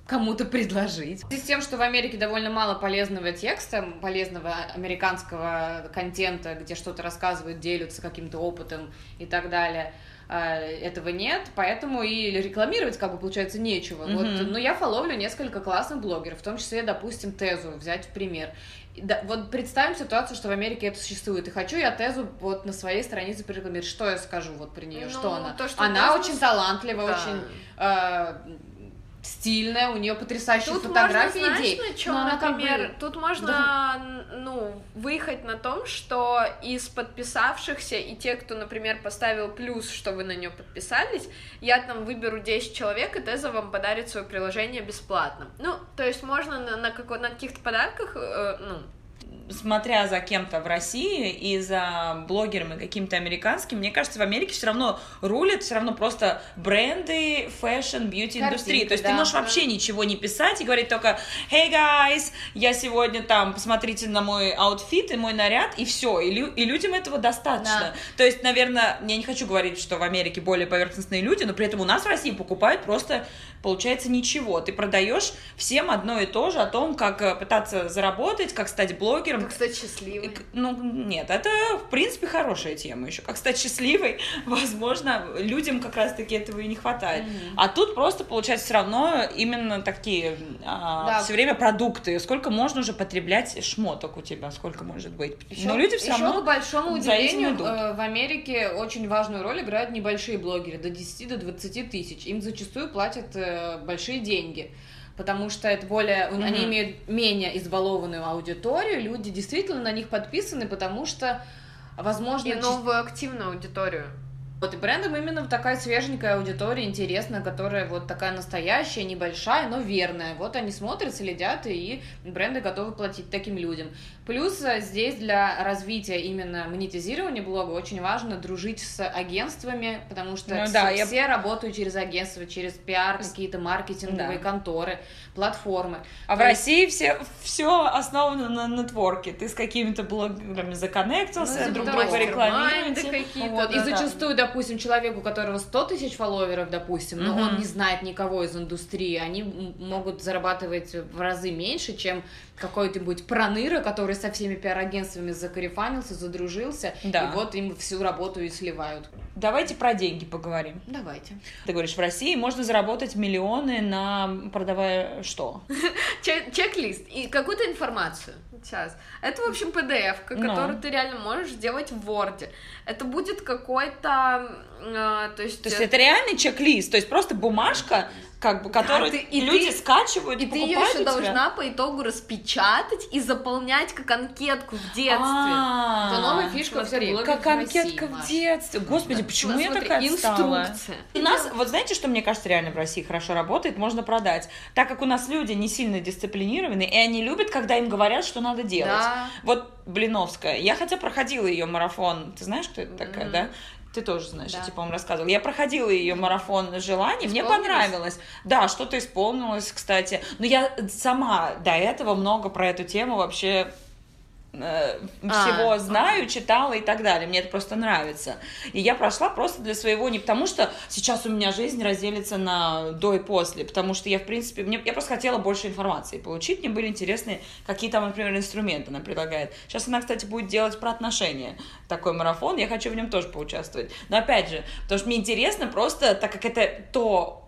C: кому-то предложить. И с тем, что в Америке довольно мало полезного текста, полезного американского контента, где что-то рассказывают, делятся каким-то опытом и так далее, этого нет, поэтому и рекламировать, как бы, получается, нечего. Mm-hmm. Вот, но я фоловлю несколько классных блогеров, в том числе, допустим, Тезу взять в пример. Да, вот представим ситуацию, что в Америке это существует, и хочу я Тезу вот на своей странице порекламировать. Что я скажу вот про нее? Ну, что она? То, что она Тезу... очень талантлива, да. очень... Э, стильная, у нее потрясающие тут фотографии,
B: можно,
C: идей.
B: Знаешь, на чем, например, как бы... тут можно, да. ну, выехать на том, что из подписавшихся и те, кто, например, поставил плюс, что вы на нее подписались, я там выберу десять человек, и Теза вам подарит свое приложение бесплатно. Ну, то есть можно на, на, какой, на каких-то подарках, э, ну,
A: смотря за кем-то в России и за блогерами каким-то американским, мне кажется, в Америке все равно рулит все равно просто бренды, фэшн, бьюти-индустрии. То есть да, ты можешь да. вообще ничего не писать и говорить только «Hey guys, я сегодня там, посмотрите на мой аутфит и мой наряд», и все, и, лю- и людям этого достаточно. Да. То есть, наверное, я не хочу говорить, что в Америке более поверхностные люди, но при этом у нас в России покупают просто, получается, ничего. Ты продаешь всем одно и то же о том, как пытаться заработать, как стать блогером.
B: Как стать счастливой.
A: Ну, нет, это, в принципе, хорошая тема еще. Как стать счастливой, возможно, людям как раз-таки этого и не хватает. Mm-hmm. А тут просто, получается, все равно именно такие а, да. все время продукты. Сколько можно уже потреблять шмоток у тебя, сколько может быть.
C: Еще,
A: Но люди все
C: еще
A: равно
C: к большому удивлению, э, в Америке очень важную роль играют небольшие блогеры, до десяти до двадцати тысяч. Им зачастую платят э, большие деньги. Потому что это более, mm-hmm. они имеют менее избалованную аудиторию, люди действительно на них подписаны, потому что, возможно...
B: И новую активную аудиторию.
C: Вот, и брендам именно такая свеженькая аудитория, интересная, которая вот такая настоящая, небольшая, но верная. Вот они смотрят, следят, и бренды готовы платить таким людям. Плюс здесь для развития именно монетизирования блога очень важно дружить с агентствами, потому что ну, все, да, все я... работают через агентства, через пиар, какие-то маркетинговые да. конторы, платформы.
A: А То в есть... России все, все основано на нетворке. Ты с какими-то блогерами законнектился, ну, друг друга рекламируете.
C: Вот, да, и зачастую, да. допустим, человек, у которого сто тысяч фолловеров, допустим, но mm-hmm. он не знает никого из индустрии, они могут зарабатывать в разы меньше, чем какой-нибудь проныра, который со всеми пиар-агентствами закарифанился, задружился, да. и вот им всю работу и сливают.
A: Давайте про деньги поговорим.
C: Давайте.
A: Ты говоришь, в России можно заработать миллионы на продавая что?
B: Чек-лист и какую-то информацию. Сейчас. Это, в общем, пи ди эф, которую ты реально можешь сделать в Word. Это будет какой-то... Э, то есть...
A: То есть это реальный чек-лист, то есть просто бумажка, как бы, которую да, ты, и люди ты, скачивают,
B: и ты ее еще должна по итогу распечатать и заполнять как анкетку в детстве.
C: А-а-а. Это новая фишка всех блогеров
A: как анкетка в, России, в детстве. Господи, почему ну, я смотри, такая
B: инструкция.
A: У нас, вот знаете, что мне кажется реально в России хорошо работает, можно продать. Так как у нас люди не сильно дисциплинированы, и они любят, когда им говорят, что надо делать.
B: Да.
A: Вот Блиновская. Я хотя проходила ее марафон. Ты знаешь, кто это такая, mm-hmm. да? Ты тоже знаешь, да. я тебе, по-моему, рассказывала. Я проходила ее марафон желаний, мне понравилось. Да, что-то исполнилось, кстати. Но я сама до этого много про эту тему вообще э, всего а, знаю, а. читала и так далее. Мне это просто нравится. И я прошла просто для своего, не потому что сейчас у меня жизнь разделится на до и после, потому что я, в принципе, мне, я просто хотела больше информации получить. Мне были интересны, какие там, например, инструменты она предлагает. Сейчас она, кстати, будет делать про отношения. Такой марафон, я хочу в нем тоже поучаствовать. Но опять же, потому что мне интересно просто, так как это то,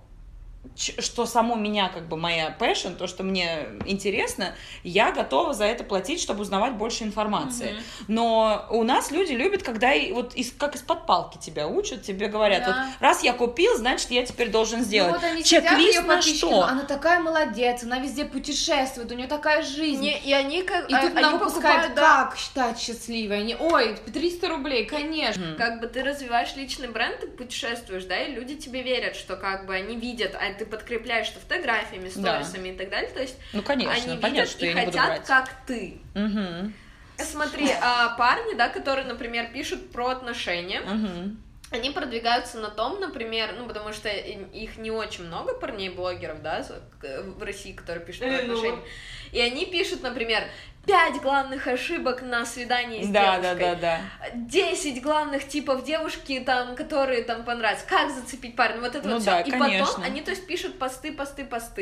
A: что само меня, как бы моя passion, то, что мне интересно, я готова за это платить, чтобы узнавать больше информации. Mm-hmm. Но у нас люди любят, когда и, вот из, как из-под палки тебя учат, тебе говорят, да. вот раз я купил, значит, я теперь должен сделать.
C: Ну, вот они
A: чек-лист на что?
C: Она такая молодец, она везде путешествует, у нее такая жизнь.
B: Не, и они как...
C: И тут
B: они
C: нам выпускают,
B: да.
C: как считать счастливой. Они, ой, триста рублей, конечно.
A: Mm-hmm.
B: Как бы ты развиваешь личный бренд, ты путешествуешь, да, и люди тебе верят, что как бы они видят, а ты подкрепляешь фотографиями, сторисами да. и так далее, то есть
A: ну, конечно,
B: они
A: понятно,
B: видят
A: что
B: и
A: я не буду
B: хотят,
A: брать.
B: как ты.
A: Угу.
B: Смотри, а, парни, да, которые, например, пишут про отношения,
A: угу.
B: они продвигаются на том, например, ну, потому что их не очень много парней-блогеров, да, в России, которые пишут про отношения, и они пишут, например, пять главных ошибок на свидании с
A: да,
B: девушкой.
A: Да, да, да.
B: десять главных типов девушки, там, которые там понравятся. Как зацепить парня. Вот это
A: ну
B: вот
A: да,
B: все. И
A: конечно.
B: потом они, то есть, пишут посты, посты, посты.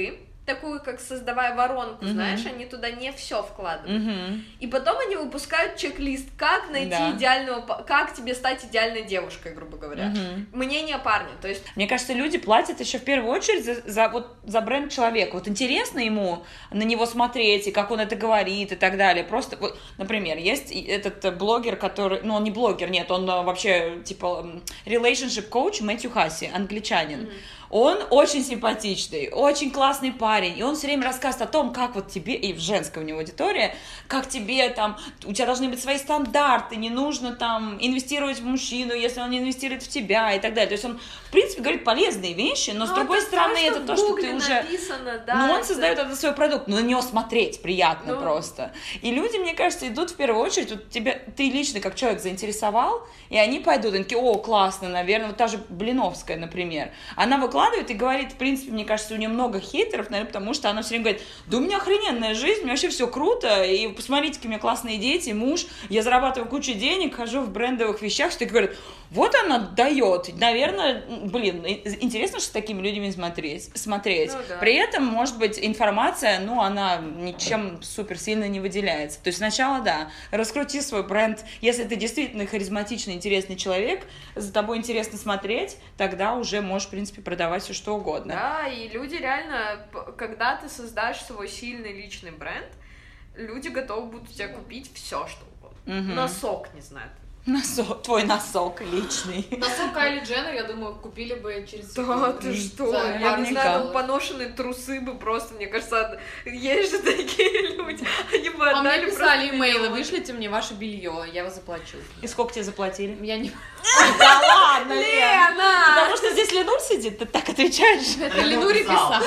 B: такую, как создавая воронку,
A: Мгм.
B: знаешь, они туда не все вкладывают.
A: Мгм.
B: И потом они выпускают чек-лист, как найти
A: Да.
B: идеального, па- как тебе стать идеальной девушкой, грубо говоря.
A: Мгм.
B: Мнение парня, то есть
A: Мне кажется, люди платят еще в первую очередь за, за, вот, за бренд человека. Вот интересно ему на него смотреть, и как он это говорит, и так далее. Просто, вот, например, есть и этот э, блогер, который... Ну, он не блогер, нет, он э, вообще, типа, м, relationship coach Мэтью Хасси, англичанин. Он очень симпатичный, очень классный парень, и он все время рассказывает о том, как вот тебе, и женская у него аудитория, как тебе там, у тебя должны быть свои стандарты, не нужно там инвестировать в мужчину, если он не инвестирует в тебя и так далее. То есть он, в принципе, говорит полезные вещи, но с
B: ну,
A: другой
B: это
A: стороны,
B: то,
A: это
B: в
A: то, что
B: Гугле
A: ты уже...
B: написано, да,
A: Ну, он
B: это-
A: создает этот свой продукт, но на него смотреть приятно
B: Ну.
A: просто. И люди, мне кажется, идут в первую очередь, вот тебя, ты лично как человек заинтересовал, и они пойдут, и такие, о, классно, наверное, вот та же Блиновская, например. Она выкладывает и говорит, в принципе, мне кажется, у нее много хейтеров, наверное, потому что она все время говорит, да у меня охрененная жизнь, у меня вообще все круто, и посмотрите, какие у меня классные дети, муж, я зарабатываю кучу денег, хожу в брендовых вещах, что говорят, вот она дает, наверное, блин, интересно, что с такими людьми смотреть, смотреть.
B: Ну да.
A: При этом, может быть, информация, ну, она ничем супер сильно не выделяется. То есть сначала, да, раскрути свой бренд. Если ты действительно харизматичный, интересный человек, за тобой интересно смотреть, тогда уже можешь, в принципе, продавать все что угодно.
B: Да, и люди реально, п- когда ты создашь свой сильный личный бренд, люди готовы будут у тебя купить все, что угодно.
A: Мгм.
B: Носок, не знаю.
A: Носок, твой носок личный.
C: Носок Кайли Дженнер, я думаю, купили бы через
B: Да,
C: секунду.
B: ты что?
C: За
B: Я не
C: пару
A: наверняка.
B: знаю, ну,
C: долларов.
B: поношенные трусы бы просто, мне кажется, есть же такие люди, они бы
C: А мне
B: отдали
C: писали
B: просто
C: имейлы,
B: миллион.
C: вышлите мне ваше белье, я вас заплачу.
A: И сколько тебе заплатили?
C: Я не...
A: Да ладно, Лен!
B: Лена!
A: Потому что здесь Ленур сидит, ты так отвечаешь.
C: Это Ленуре писал.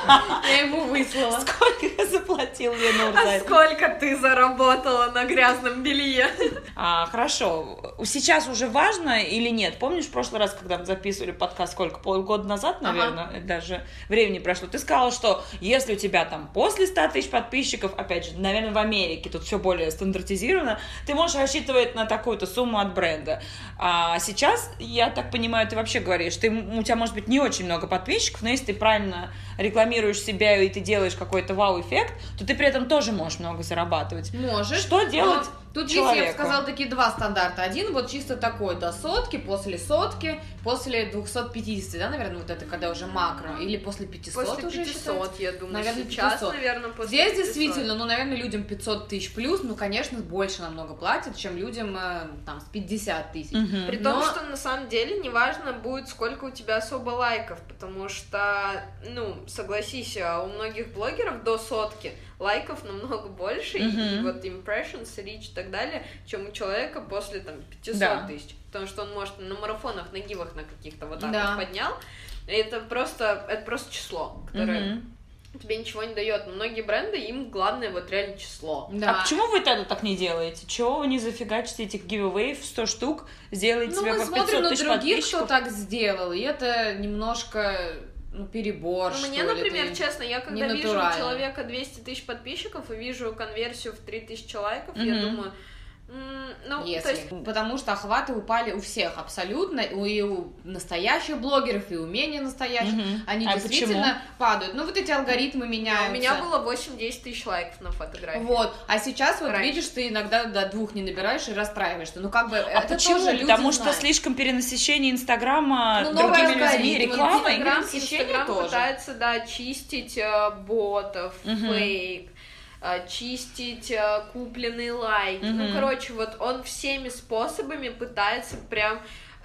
C: Я ему выслала.
A: Сколько заплатил Ленур за
B: А
A: это?
B: сколько ты заработала на грязном белье?
A: А, хорошо. Сейчас уже важно или нет? Помнишь, в прошлый раз, когда мы записывали подкаст, сколько, полгода назад, наверное, даже времени прошло, ты сказала, что если у тебя там после ста тысяч подписчиков, опять же, наверное, в Америке тут все более стандартизировано, ты можешь рассчитывать на такую-то сумму от бренда. А сейчас, я так понимаю, ты вообще говоришь, ты, у тебя может быть не очень много подписчиков, но если ты правильно рекламируешь себя и ты делаешь какой-то вау-эффект, то ты при этом тоже можешь много зарабатывать.
C: Можешь.
A: Что делать
C: Но тут есть, я бы
A: человеку?
C: сказала, такие два стандарта. Один вот чисто такой, до сотки, после сотки, после двухсот пятидесяти, да, наверное, вот это когда уже макро, или после пятисот
B: После
C: уже
B: пятисот, я думаю,
C: Наверное,
B: сейчас,
C: пятьсот.
B: наверное, после
C: Здесь
B: пятисот.
C: действительно, ну, наверное, людям пятьсот тысяч плюс, ну, конечно, больше намного платят, чем людям э, там с пятьдесят тысяч.
A: Мгм.
B: При том,
C: Но-
B: что на самом деле неважно будет, сколько у тебя особо лайков, потому что, ну, согласись, а у многих блогеров до сотки лайков намного больше, и
A: Мгм.
B: вот impressions, reach и так далее, чем у человека после там пятисот
A: Да.
B: тысяч, потому что он может на марафонах, на гивах на каких-то вот так
C: Да.
B: вот поднял, и это просто, это просто число, которое
A: Мгм.
B: тебе ничего не дает. Многие бренды, им главное вот реально число.
C: Да.
A: А почему вы тогда так не делаете? Чего вы не зафигачите этих giveaway в сто штук, сделаете
C: Ну,
A: себе
C: мы
A: по
C: смотрим
A: пятьсот
C: на
A: тысяч
C: других,
A: подписчиков?
C: кто так сделал, и это немножко, ну, перебор,
B: Ну,
C: что
B: мне,
C: ли,
B: например,
C: ты-
B: честно, я когда
C: не
B: вижу у
C: натурально.
B: человека двести тысяч подписчиков и вижу конверсию в три тысячи лайков, я
A: Мгм.
B: думаю, м, ну,
C: Если.
B: то есть,
C: Потому что охваты упали у всех абсолютно, у, и у настоящих блогеров, и у менее настоящих.
A: Мгм.
C: Они
A: А
C: действительно падают. Ну, вот эти алгоритмы
B: у
C: меняются.
B: меня было восемь-десять тысяч лайков на фотографии.
C: Вот, а сейчас вот
B: Раньше.
C: видишь, ты иногда до двух не набираешь и расстраиваешься. Ну, как бы,
A: А
C: это
A: почему?
C: тоже люди
A: Потому что
C: знают.
A: слишком перенасыщение Инстаграма
C: Ну, новые
A: другими людьми,
C: алгоритмы,
A: рекламой.
C: Инстаграм,
B: Инстаграм,
C: сечение
B: Инстаграм
C: тоже.
B: пытается, да, чистить э, ботов,
A: Мгм.
B: фейк, э, чистить э, купленные лайки.
A: Мгм.
B: Ну, короче, вот он всеми способами пытается прям...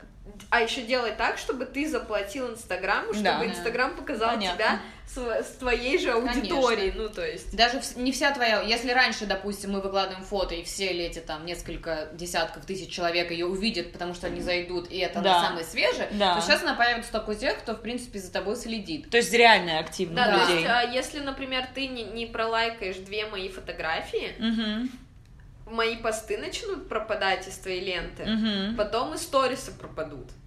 B: А еще делать так, чтобы ты заплатил Инстаграму, чтобы
A: Да.
B: Инстаграм показал
A: Понятно.
B: тебя с, с твоей же аудиторией. Ну, то есть...
C: Даже вс- не вся твоя... Если раньше, допустим, мы выкладываем фото, и все эти там несколько десятков тысяч человек ее увидят, потому что они зайдут, и это
A: Да.
C: она самая свежая,
A: Да.
C: то сейчас она появится только у тех, кто, в принципе, за тобой следит.
A: То есть реальная активность
B: Да, то
A: людей.
B: есть, а, если, например, ты не, не пролайкаешь две мои фотографии,
A: Мгм.
B: мои посты начнут пропадать из твоей ленты,
A: Мгм.
B: потом и сторисы пропадут.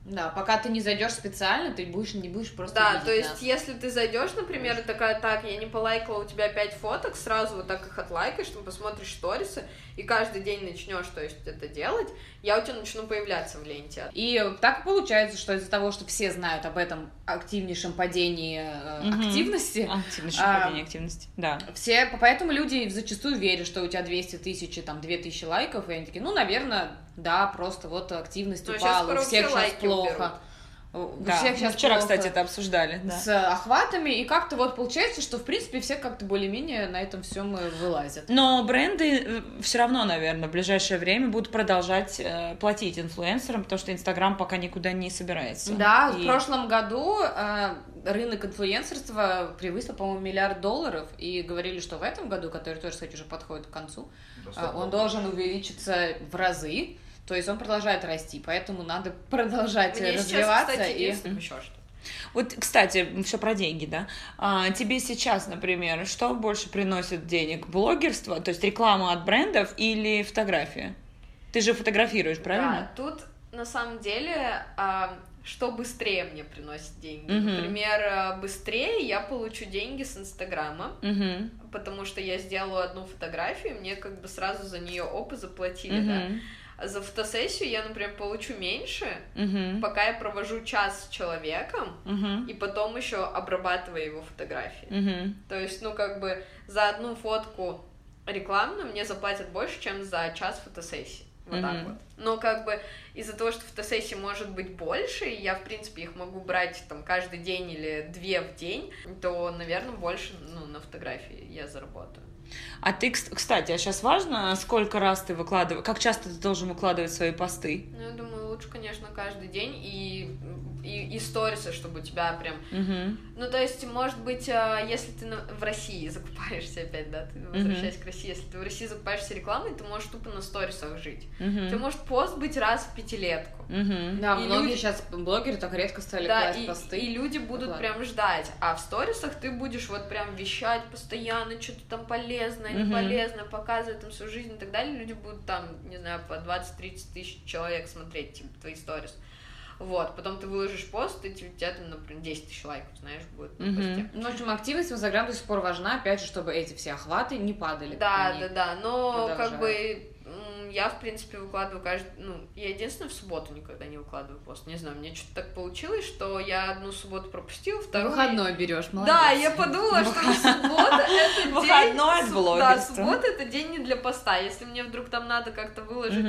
C: Да, пока ты не зайдешь специально, ты будешь не будешь просто
B: Да,
C: видеть
B: то есть,
C: нас.
B: если ты зайдешь, например, и такая, так, я не полайкала у тебя пять фоток, сразу вот так их отлайкаешь, там посмотришь сторисы, и каждый день начнешь, то есть, это делать, я у тебя начну появляться в ленте.
C: И так и получается, что из-за того, что все знают об этом активнейшем падении э,
A: Мгм.
C: активности,
A: Активнейшее
C: А,
A: падение активности, да.
C: все, поэтому люди зачастую верят, что у тебя двести тысяч, там, две тысячи лайков, и они такие, ну, наверное, да, просто вот активность
B: Ну, щас
C: упала,
B: скоро
C: у всех
B: все
C: сейчас
B: лайки
C: плохо. У
A: Да,
C: всех
A: мы
C: сейчас
A: вчера,
C: плохо
A: кстати, это обсуждали. Да.
C: с охватами, и как-то вот получается, что, в принципе, все как-то более-менее на этом всем вылазят.
A: Но бренды все равно, наверное, в ближайшее время будут продолжать э, платить инфлюенсерам, потому что Инстаграм пока никуда не собирается.
C: Да,
A: И-
C: в прошлом году э, рынок инфлюенсерства превысил, по-моему, миллиард долларов, и говорили, что в этом году, который тоже, кстати, уже подходит к концу, э, он должен увеличиться в разы. То есть он продолжает расти, поэтому надо продолжать
B: Мне
C: развиваться.
B: сейчас, кстати,
C: и...
B: единственное, еще что.
A: Вот, кстати, все про деньги, да? А, тебе сейчас, например, что больше приносит денег? Блогерство, то есть реклама от брендов или фотография? Ты же фотографируешь, правильно?
B: Да, тут на самом деле, а, что быстрее мне приносит деньги.
A: Мгм.
B: Например, а, быстрее я получу деньги с Инстаграма,
A: Угу.
B: потому что я сделала одну фотографию, мне как бы сразу за нее опы заплатили, да. А за фотосессию я, например, получу меньше,
A: Угу.
B: пока я провожу час с человеком,
A: Угу.
B: и потом еще обрабатываю его фотографии.
A: Угу.
B: То есть, ну, как бы за одну фотку рекламную мне заплатят больше, чем за час фотосессии. Вот так
A: Мгм.
B: вот. Но как бы из-за того, что фотосессий может быть больше, и я, в принципе, их могу брать там каждый день или две в день, то, наверное, больше, ну, на фотографии я заработаю.
A: А ты, кс- кстати, а сейчас важно, сколько раз ты выкладываешь, как часто ты должен выкладывать свои посты?
B: Ну, я думаю, лучше, конечно, каждый день, и, и, и сторисы, чтобы у тебя прям...
A: Угу.
B: Ну, то есть, может быть, а, если ты на- в России закупаешься опять, да, ты возвращаясь к России, если ты в России закупаешься рекламой, ты можешь тупо на сторисах жить. У тебя
A: Угу.
B: может пост быть раз в пятилетку.
A: Угу.
C: Да,
B: И
C: многие
B: люди-
C: сейчас блогеры так редко стали
B: Да,
C: класть
B: и,
C: посты.
B: и люди будут
C: Ладно.
B: прям ждать. А в сторисах ты будешь вот прям вещать постоянно, что-то там полезное,
A: Мгм.
B: не полезное, показывать там свою жизнь и так далее. Люди будут там, не знаю, по двадцать-тридцать тысяч человек смотреть типа, твои сторис. Вот, потом ты выложишь пост, и у тебя там, например, десять тысяч лайков, знаешь, будет на
A: Мгм.
B: посте.
C: Ну, в общем, активность в Инстаграм до сих пор важна, опять же, чтобы эти все охваты не падали. как
B: Да,
C: они.
B: да, да, но
C: продолжают.
B: как бы м, я, в принципе, выкладываю каждый, ну, я единственное в субботу никогда не выкладываю пост, не знаю, мне что-то так получилось, что я одну субботу пропустила, вторую...
C: Выходной берешь, молодец.
B: Да, я подумала, что суббота это день...
A: Выходной от
B: суб- Да,
A: блогерства.
B: суббота это день не для поста, если мне вдруг там надо как-то выложить,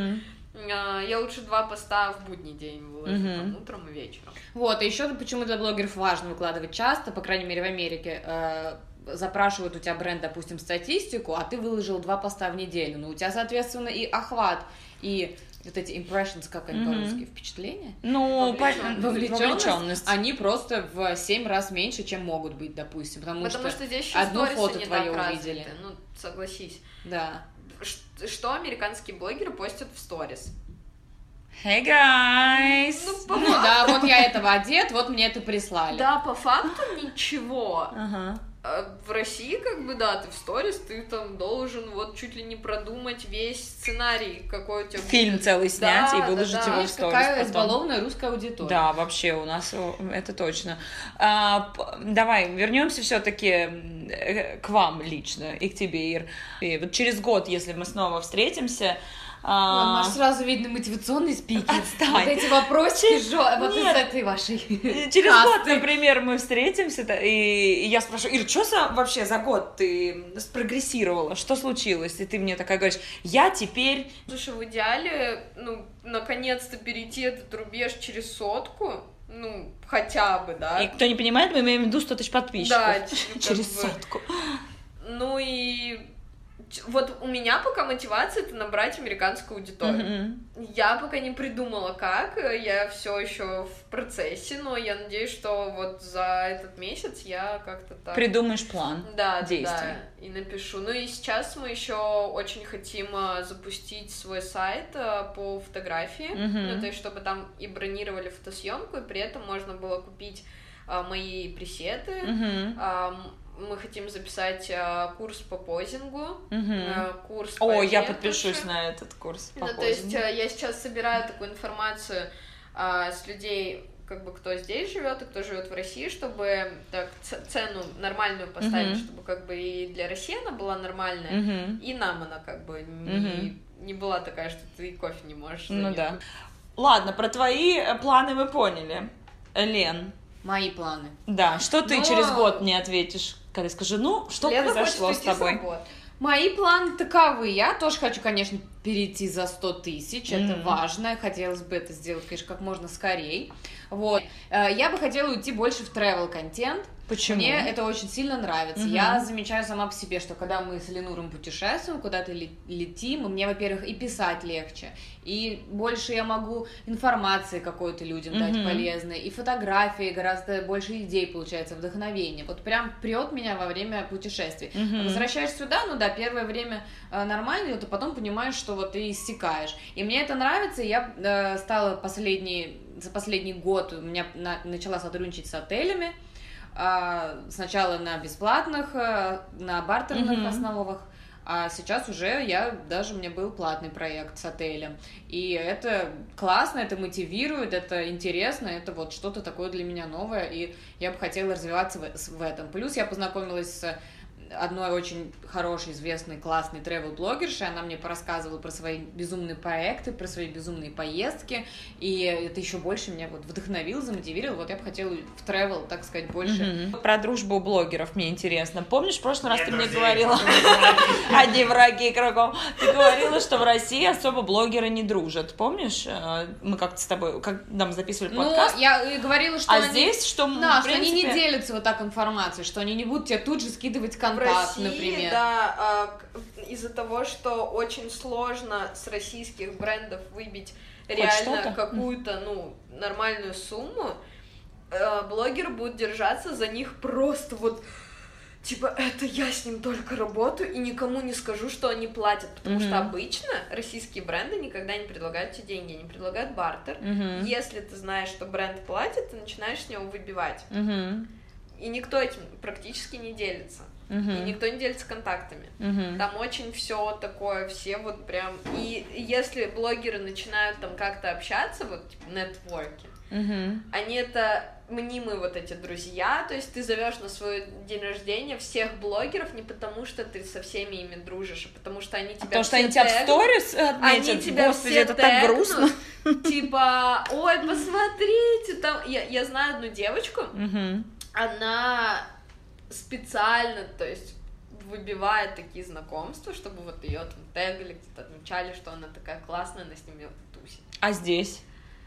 B: а, я лучше два поста в будний день выложу,
A: Мгм.
B: там, утром и вечером.
C: Вот, и еще почему для блогеров важно выкладывать часто, по крайней мере, в Америке, э, запрашивают у тебя бренд, допустим, статистику, а ты выложил два поста в неделю. Ну, у тебя, соответственно, и охват, и вот эти impressions, как они
A: Мгм.
C: по-русски, впечатления,
A: Ну,
B: Вовлечённость.
A: по-
C: вовлеченность,
A: вовлечённость.
C: они просто в семь раз меньше, чем могут быть, допустим, потому,
B: Потому
C: что,
B: что здесь еще
C: одно
B: сторисы
C: фото
B: не
C: твое
B: так
C: увидели.
B: развиты, ну, согласись.
C: да.
B: Ш- Что американские блогеры постят в сторис?
A: Hey guys!
B: Ну, по
C: Ну да, вот я этого одет, вот мне это прислали.
B: Да, по факту ничего.
A: Ага.
B: А в России, как бы, да, ты в сторис, ты там должен вот чуть ли не продумать весь сценарий, какой у тебя
A: Фильм
B: будет.
A: целый снять
B: Да,
A: и
B: да,
A: выложить
B: да.
A: его в
C: Видишь,
A: сторис
C: какая
A: потом.
C: избалованная русская аудитория.
A: Да, вообще у нас о, это точно. А, п- давай вернемся все-таки к вам лично и к тебе, Ир. И вот через год, если мы снова встретимся. а,
C: Маш, сразу видно мотивационный спикер.
A: Отстань.
C: Вот эти вопросики, жё- вот
A: Нет.
C: из этой вашей
A: Через год,
C: касты.
A: например, мы встретимся, та- и, и я спрашиваю: Ир, что за, вообще за год ты спрогрессировала? Что случилось? И ты мне такая говоришь: я теперь...
B: Слушай, в идеале, ну, наконец-то перейти этот рубеж через сотку, ну, хотя бы, да.
A: И кто не понимает, мы имеем в виду сто тысяч подписчиков.
B: Да, как
A: Через
B: бы.
A: сотку.
B: Ну и ч- вот у меня пока мотивация это набрать американскую аудиторию.
A: Мгм.
B: Я пока не придумала как, я все еще в процессе, но я надеюсь, что вот за этот месяц я как-то так.
A: Придумаешь план.
B: Да, да,
A: действий.
B: да, и напишу. Ну и сейчас мы еще очень хотим а, запустить свой сайт а, по фотографии,
A: Мгм.
B: ну то есть чтобы там и бронировали фотосъемку, и при этом можно было купить а, мои пресеты.
A: Мгм.
B: А, м- мы хотим записать а, курс по позингу,
A: Мгм.
B: а, курс по
A: О, я
B: ретуши.
A: подпишусь на этот курс. по
B: Ну, то есть
A: позингу.
B: э, я сейчас собираю такую информацию а, с людей, как бы, кто здесь живет и кто живет в России, чтобы так цену нормальную поставить, mm-hmm. чтобы как бы и для России она была нормальная, mm-hmm. и нам она как бы не, mm-hmm. не была такая, что ты кофе не можешь.
A: Ну да. Ладно, про твои планы мы поняли. Лен.
C: Мои планы.
A: Да, что ты Но... через год мне ответишь, когда скажу, ну, что
B: Лена
A: произошло с тобой?
C: Мои планы таковы. Я тоже хочу, конечно, перейти за сто тысяч. Mm-hmm. Это важно. Хотелось бы это сделать, конечно, как можно скорее. Вот. Я бы хотела уйти больше в travel-контент.
A: Почему?
C: Мне это очень сильно нравится.
A: Mm-hmm.
C: Я замечаю сама по себе, что когда мы с Ленуром путешествуем, куда-то летим, мне, во-первых, и писать легче, и больше я могу информации какой-то людям mm-hmm. дать полезной, и фотографии, гораздо больше идей получается, вдохновения. Вот прям прет меня во время путешествий. Mm-hmm. Возвращаешь сюда, ну да, первое время э, нормально, и потом понимаешь, что вот ты иссякаешь. И мне это нравится, и я э, стала последний, за последний год, у меня на, начала сотрудничать с отелями, сначала на бесплатных, на бартерных mm-hmm. основах, а сейчас уже я, даже у меня был платный проект с отелем. И это классно, это мотивирует, это интересно, это вот что-то такое для меня новое, и я бы хотела развиваться в, в этом. Плюс я познакомилась с одной очень хорошей, известной, классной тревел-блогершей, она мне порассказывала про свои безумные проекты, про свои безумные поездки, и это еще больше меня вот вдохновило, замотивировало, вот я бы хотела в тревел, так сказать, больше.
A: Mm-hmm. Про дружбу блогеров мне интересно. Помнишь, в прошлый раз ты мне говорила, одни враги кругом, ты говорила, что в России особо блогеры не дружат, помнишь? Мы как-то с тобой, как нам записывали подкаст.
C: Ну, я говорила, что
A: а
C: они...
A: здесь, что,
C: да, что они не делятся вот так информацией, что они не будут тебе тут же скидывать контакт.
B: В России,
C: например.
B: да, из-за того, что очень сложно с российских брендов выбить
A: Хоть
B: реально
A: что-то?
B: какую-то, ну, нормальную сумму, блогеры будут держаться за них просто вот, типа, это я с ним только работаю и никому не скажу, что они платят, потому mm-hmm. что обычно российские бренды никогда не предлагают тебе деньги, они предлагают бартер. Mm-hmm. Если ты знаешь, что бренд платит, ты начинаешь с него выбивать. Mm-hmm. И никто этим практически не делится. Uh-huh. И никто не делится контактами. Uh-huh. Там очень все такое, все вот прям... И если блогеры начинают там как-то общаться, вот типа нетворки, uh-huh. они это мнимые вот эти друзья, то есть ты зовешь на свой день рождения всех блогеров не потому, что ты со всеми ими дружишь, а потому что они тебя
A: потому
B: все
A: что они тебя в сторис отметят.
B: Они тебя
A: Господи,
B: все
A: это так грустно.
B: Типа, ой, посмотрите, там... Я, я знаю одну девочку, uh-huh. она... специально, то есть выбивает такие знакомства, чтобы вот ее там тегали, где-то отмечали, что она такая классная, она с ними тусит.
A: А здесь?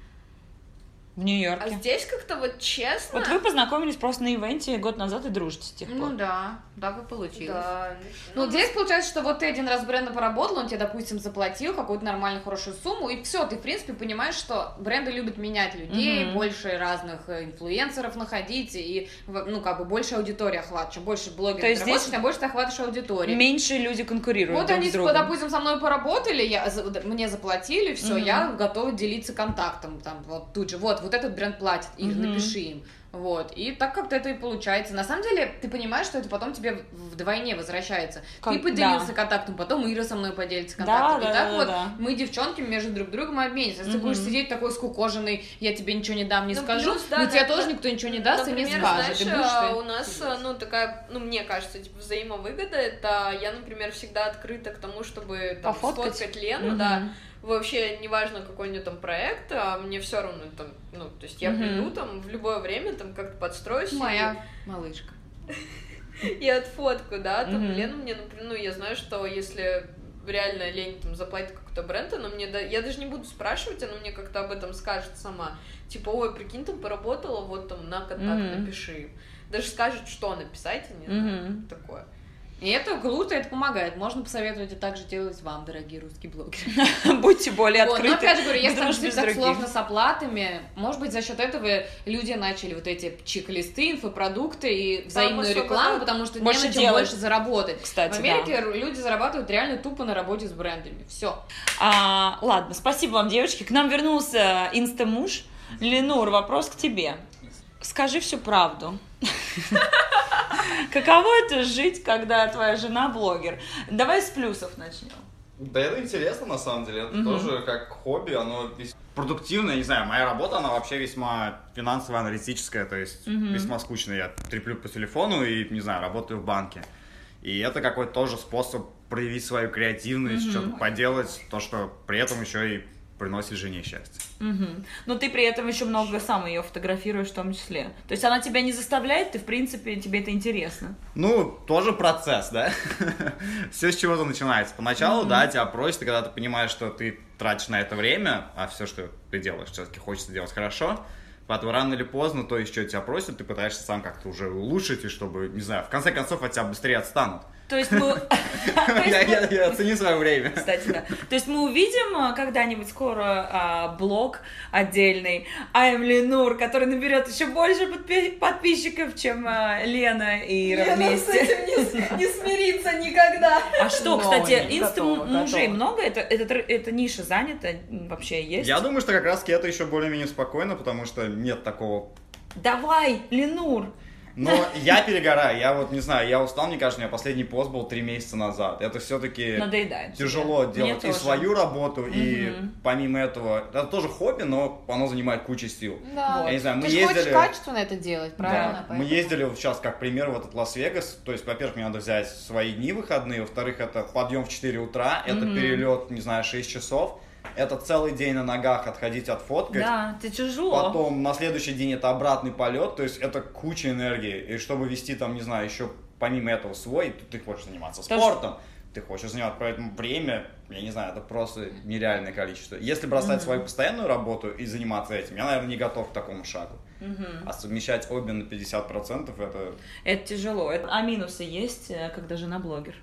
A: В Нью-Йорке?
B: А здесь как-то вот честно...
A: Вот вы познакомились просто на ивенте год назад и дружите с тех пор.
C: Ну да, так и получилось.
B: Да.
C: Ну, ну здесь получается, что вот ты один раз бренда поработал, он тебе, допустим, заплатил какую-то нормальную хорошую сумму, и все, ты, в принципе, понимаешь, что бренды любят менять людей, mm-hmm. больше разных инфлюенсеров находить, и, ну, как бы, больше аудитории охватывать. Чем больше блогеров ты работаешь, тем больше ты охватываешь аудиторию.
A: Меньше люди конкурируют
C: вот
A: друг
C: они,
A: с другом.
C: допустим, со мной поработали, я, мне заплатили, все,
A: mm-hmm.
C: я готова делиться контактом, там, вот тут же, вот, вот этот бренд платит, Ир, mm-hmm. напиши им. Вот, и так как-то это и получается. На самом деле, ты понимаешь, что это потом тебе вдвойне возвращается. Как? Ты поделился да. контактом, потом Ира со мной поделится контактом.
A: Да,
C: и
A: да,
C: так
A: да,
C: вот
A: да.
C: мы, девчонки, между друг другом обменимся. Если
A: mm-hmm.
C: ты будешь сидеть такой скукоженный, я тебе ничего не дам, не
B: ну,
C: скажу,
B: плюс, да,
C: но
B: да,
C: тебе
B: да,
C: тоже
B: да.
C: никто ничего не даст
B: Например,
C: и не скажет.
B: Знаешь,
C: и будешь,
B: у нас, ну, такая, ну, мне кажется, типа, взаимовыгода, это я, например, всегда открыта к тому, чтобы там, сфоткать Лену, mm-hmm. да, вообще, неважно, какой у нее там проект, а мне все равно там, ну, то есть я mm-hmm. приду там в любое время, там, как-то подстроюсь.
C: Моя и... малышка.
B: И отфотку, да, там,
A: mm-hmm.
B: Лена мне, например, ну, я знаю, что если реально Лене там заплатит какой-то бренд, она мне, да, я даже не буду спрашивать, она мне как-то об этом скажет сама, типа, ой, прикинь, там поработала, вот там на контакт mm-hmm. напиши. Даже скажет, что написать, и не знаю, mm-hmm. такое.
C: И это круто, это помогает. Можно посоветовать и так же делать вам, дорогие русские блогеры.
A: Будьте более открыты.
C: Вот, но опять же говорю, если там все так сложно с оплатами, может быть, за счет этого люди начали вот эти чек-листы, инфопродукты и взаимную рекламу, потому что не на чем больше заработать.
A: Кстати,
C: в Америке да. люди зарабатывают реально тупо на работе с брендами. Все.
A: А, ладно, спасибо вам, девочки. К нам вернулся инстамуж. Ленур, вопрос к тебе. Скажи всю правду. Каково это жить, когда твоя жена блогер? Давай с плюсов начнем.
E: Да это интересно, на самом деле, это
A: Мгм.
E: тоже как хобби, оно весьма продуктивное, не знаю, моя работа, она вообще весьма финансово-аналитическая, то есть
A: Мгм.
E: весьма скучная, я треплю по телефону и, не знаю, работаю в банке. И это какой-то тоже способ проявить свою креативность,
A: Мгм.
E: что-то поделать, то, что при этом еще и приносит жене счастье.
A: Мгм. Но ты при этом еще много сам ее фотографируешь в том числе. То есть она тебя не заставляет, ты, в принципе, тебе это интересно.
E: Ну, тоже процесс, да? Все с чего-то начинается. Поначалу,
A: Мгм.
E: да, тебя просят, и когда ты понимаешь, что ты тратишь на это время, а все, что ты делаешь, все-таки хочется делать хорошо, потом рано или поздно то, из чего тебя просят, ты пытаешься сам как-то уже улучшить, и чтобы, не знаю, в конце концов от тебя быстрее отстанут.
A: То есть мы... То есть
E: Я,
A: мы-
E: я, я оцени свое время.
A: Кстати, да. То есть мы увидим а, когда-нибудь скоро а, блог отдельный Айм Ленур, который наберет еще больше подпи- подписчиков, чем а, Лена и Ира
B: Лена с
A: вместе.
B: этим не, не смирится никогда.
A: А что,
C: Но
A: кстати,
C: не
A: инста
C: готова,
A: мужей
C: готова.
A: много? Это, это, эта ниша занята? М, Вообще есть?
E: Я думаю, что как раз-таки это еще более-менее спокойно, потому что нет такого.
A: Давай, Ленур!
E: Но я перегораю, я вот не знаю, я устал, мне кажется, у меня последний пост был три месяца назад. Это все-таки
A: Надоедает.
E: тяжело
A: Мне
E: делать и
A: тоже.
E: свою работу, и
A: Мгм.
E: помимо этого, это тоже хобби, но оно занимает кучу сил.
C: Да.
E: Я не знаю, мы
C: Ты же хочешь
E: ездили...
C: качественно это делать, правильно?
E: Да, мы
C: Поэтому-
E: ездили вот сейчас, как пример, в этот Лас-Вегас. То есть, во-первых, мне надо взять свои дни выходные, во-вторых, это подъем в четыре утра, это
A: Мгм.
E: перелет, не знаю, шесть часов, это целый день на ногах отходить, отфоткать.
A: Да, это тяжело.
E: Потом на следующий день это обратный полет, то есть это куча энергии. И чтобы вести там, не знаю, еще помимо этого свой, ты хочешь заниматься
A: То,
E: спортом, ты хочешь заниматься поэтому время, я не знаю, это просто нереальное количество. Если бросать
A: Мгм.
E: свою постоянную работу и заниматься этим, я, наверное, не готов к такому шагу.
A: Мгм.
E: А совмещать обе на пятьдесят процентов это
A: Это тяжело. Это- А минусы есть, э, когда жена блогер?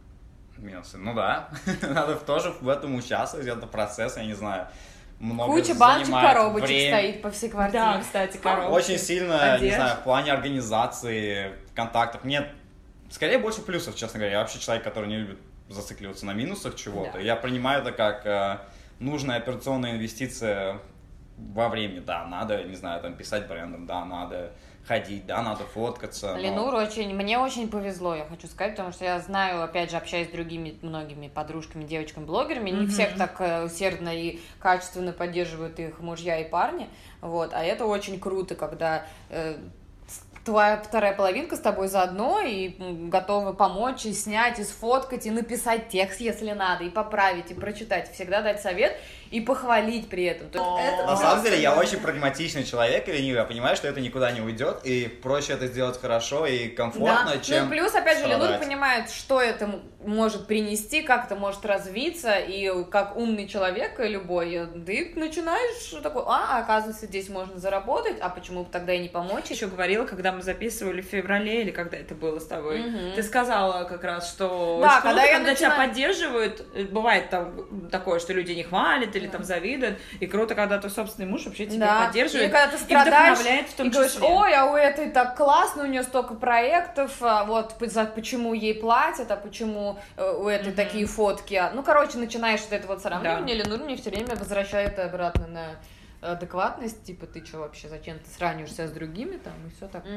E: минусы. Ну да, надо тоже в этом участвовать, это процесс, я не знаю. Много
C: Куча баночек,
E: занимает
C: коробочек
E: время.
C: стоит по всей квартире.
A: Да, кстати, коробки.
E: Очень сильно,
A: Одежда.
E: не знаю, в плане организации контактов. Нет, скорее больше плюсов, честно говоря. Я вообще человек, который не любит зацикливаться на минусах чего-то.
A: Да.
E: Я принимаю это как э, нужная операционная инвестиция во время. Да, надо, не знаю, там писать брендом, да, надо ходить, да, надо фоткаться. но-
C: Ленур очень, мне очень повезло, я хочу сказать, потому что я знаю, опять же, общаюсь с другими многими подружками, девочками-блогерами, не
A: Мгм.
C: всех так э, усердно и качественно поддерживают их мужья и парни, вот, а это очень круто, когда э, с- твоя вторая половинка с тобой заодно и м, готова помочь, и снять, и сфоткать, и написать текст, если надо, и поправить, и прочитать, всегда дать совет и похвалить при этом. То есть это
E: На самом
B: просто
E: деле, я
B: да.
E: очень прагматичный человек и ленивый. Я понимаю, что это никуда не уйдет, и проще это сделать хорошо и комфортно,
C: Да.
E: чем
C: Ну, плюс, опять же, Ленур
E: страдать.
C: понимает, что это м- может принести, как это может развиться, и как умный человек любой, ты начинаешь такой, а, оказывается, здесь можно заработать, а почему бы тогда и не помочь?
A: Еще говорила, когда мы записывали в феврале, или когда это было с тобой,
C: Мгм.
A: ты сказала как раз, что
C: Да,
A: очень
C: когда
A: круто,
C: я
A: когда тебя
C: начинаю-
A: поддерживают, э, бывает там такое, что люди не хвалят или там завидуют, и круто, когда твой собственный муж вообще тебя
C: Да.
A: поддерживает
C: И когда ты
A: и
C: страдаешь,
A: вдохновляет в том
C: и говоришь,
A: числе.
C: ой, а у этой так классно, у нее столько проектов, а вот п- за- почему ей платят, а почему э, у этой
A: Мгм.
C: такие фотки. а- Ну, короче, начинаешь вот это вот сравнивание,
A: Да.
C: Ленур мне все время возвращает обратно на адекватность, типа, ты что вообще, зачем ты сравниваешься с другими там, и все так.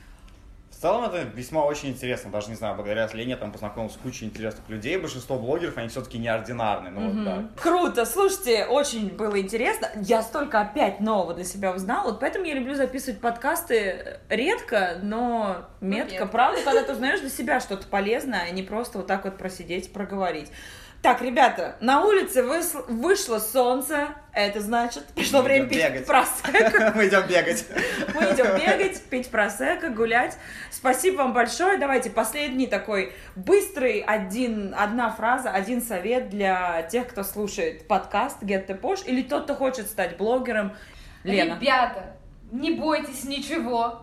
E: В целом это весьма очень интересно, даже не знаю, благодаря Лене я там познакомился с кучей интересных людей, большинство блогеров, они все-таки неординарные, ну вот, да.
A: Мгм. Круто, слушайте, очень было интересно. Я столько опять нового для себя узнала, вот поэтому я люблю записывать подкасты редко, но метко,
B: метко.
A: правда, когда ты узнаешь для себя что-то полезное, а не просто вот так вот просидеть, проговорить. Так, ребята, на улице выс- вышло солнце, это значит, пришло
E: Мы
A: время
E: идем
A: пить
E: бегать.
A: просекко.
E: Мы идем бегать.
A: Мы идем бегать, пить просекко, гулять. Спасибо вам большое. Давайте последний такой быстрый один, одна фраза, один совет для тех, кто слушает подкаст Get the Posh или тот, кто хочет стать блогером. Лена.
C: Ребята, не бойтесь ничего.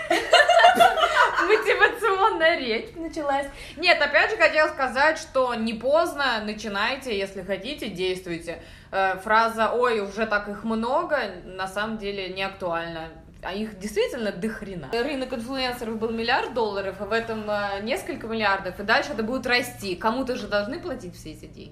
C: Мотивационная речь началась. Нет, опять же хотела сказать, что не поздно, начинайте, если хотите, действуйте. Э, Фраза «Ой, уже так их много» на самом деле не актуальна. А их действительно до хрена. Рынок инфлюенсеров был миллиард долларов, а в этом э, несколько миллиардов, и дальше это будет расти. Кому-то же должны платить все эти деньги.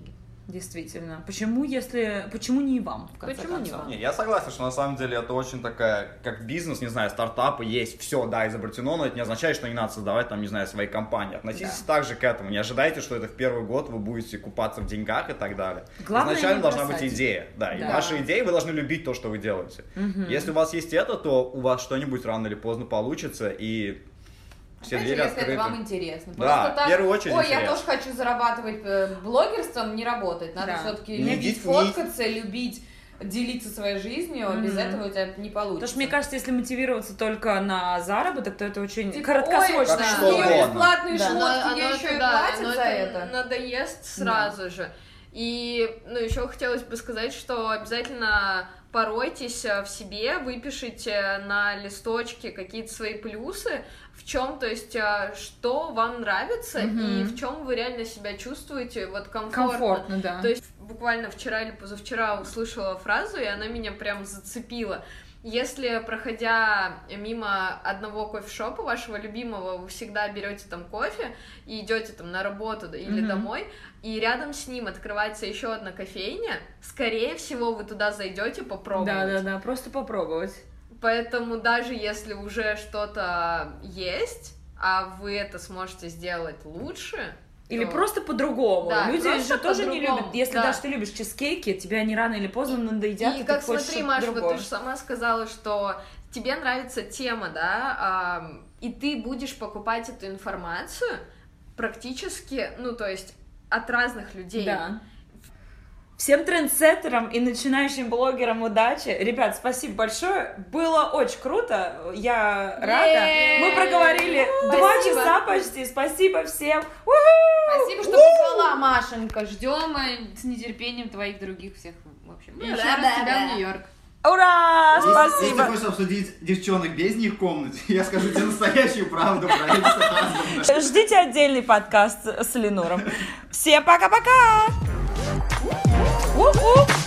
A: Действительно. Почему, если... Почему не и вам, в конце
C: Почему не
A: концов?
C: вам?
E: Не, я согласен, что на самом деле это очень такая, как бизнес, не знаю, стартапы есть, все, да, изобретено, но это не означает, что не надо создавать там, не знаю, свои компании. Относитесь
A: Да.
E: так же к этому. Не ожидайте, что это в первый год вы будете купаться в деньгах и так далее.
A: Главное,
E: Изначально
A: не
E: должна
A: бросать.
E: быть идея, да, и
A: Да.
E: ваша идея, вы должны любить то, что вы делаете.
A: Мгм.
E: Если у вас есть это, то у вас что-нибудь рано или поздно получится, и все
C: Опять же,
E: двери
C: если
E: открыты.
C: это вам интересно.
E: Да,
C: Просто так,
E: в первую очередь
C: ой, я
E: интерес.
C: тоже хочу зарабатывать э, блогерством, не работает. Надо
A: Да.
C: все-таки
E: Не
C: любить
E: идите-
C: фоткаться, любить, делиться своей жизнью, а без
A: Мгм.
C: этого у тебя не получится.
A: Потому что, мне кажется, если мотивироваться только на заработок, то это очень
C: Типа,
A: короткосрочная
C: ой,
E: Как
C: да,
E: что
C: у неё
E: угодно.
C: бесплатные
A: Да.
C: шмотки,
B: Оно-
C: ей
B: оно
C: еще
B: это,
C: и
B: да,
C: платят
B: оно
C: за
B: это
C: это.
B: надоест сразу же. И, ну, еще хотелось бы сказать, что обязательно поройтесь в себе, выпишите на листочке какие-то свои плюсы, в чем, то есть, а, что вам нравится
A: Мгм.
B: и в чем вы реально себя чувствуете вот комфортно.
A: комфортно, да.
B: То есть буквально вчера или позавчера услышала фразу, и она меня прям зацепила. Если, проходя мимо одного кофешопа вашего любимого, вы всегда берете там кофе и идете там на работу да, или
A: Мгм.
B: домой, и рядом с ним открывается еще одна кофейня, скорее всего, вы туда зайдете попробовать.
A: Да-да-да, просто попробовать.
B: Поэтому даже если уже что-то есть, а вы это сможете сделать лучше,
A: Или
B: то-
A: просто по-другому.
B: Да,
A: Люди
B: просто
A: же тоже не
B: по-другому,
A: любят. Если
B: да.
A: даже ты любишь чизкейки, тебя они рано или поздно надоедят,
B: И
A: ты
B: как
A: хочешь
B: смотри,
A: что-то
B: Маша, вот
A: другое.
B: ты же сама сказала, что тебе нравится тема, да, а, и ты будешь покупать эту информацию практически, ну, то есть от разных людей.
A: Да. Всем трендсеттерам и начинающим блогерам удачи. Ребят, спасибо большое. Было очень круто. Я рада.
C: Е-е-е.
A: Мы проговорили два
C: Спасибо.
A: часа почти. Спасибо всем.
C: Спасибо, что позвала, Машенька. Ждем э, с нетерпением твоих других всех, в общем. И еще раз тебя в Нью-Йорк.
A: Ура!
D: Если, если
A: Спасибо.
D: хочешь обсудить девчонок без них в комнате, я скажу тебе настоящую правду про Элиса Хасбанда.
A: Ждите отдельный подкаст с Ленуром. Всем пока-пока! У-у!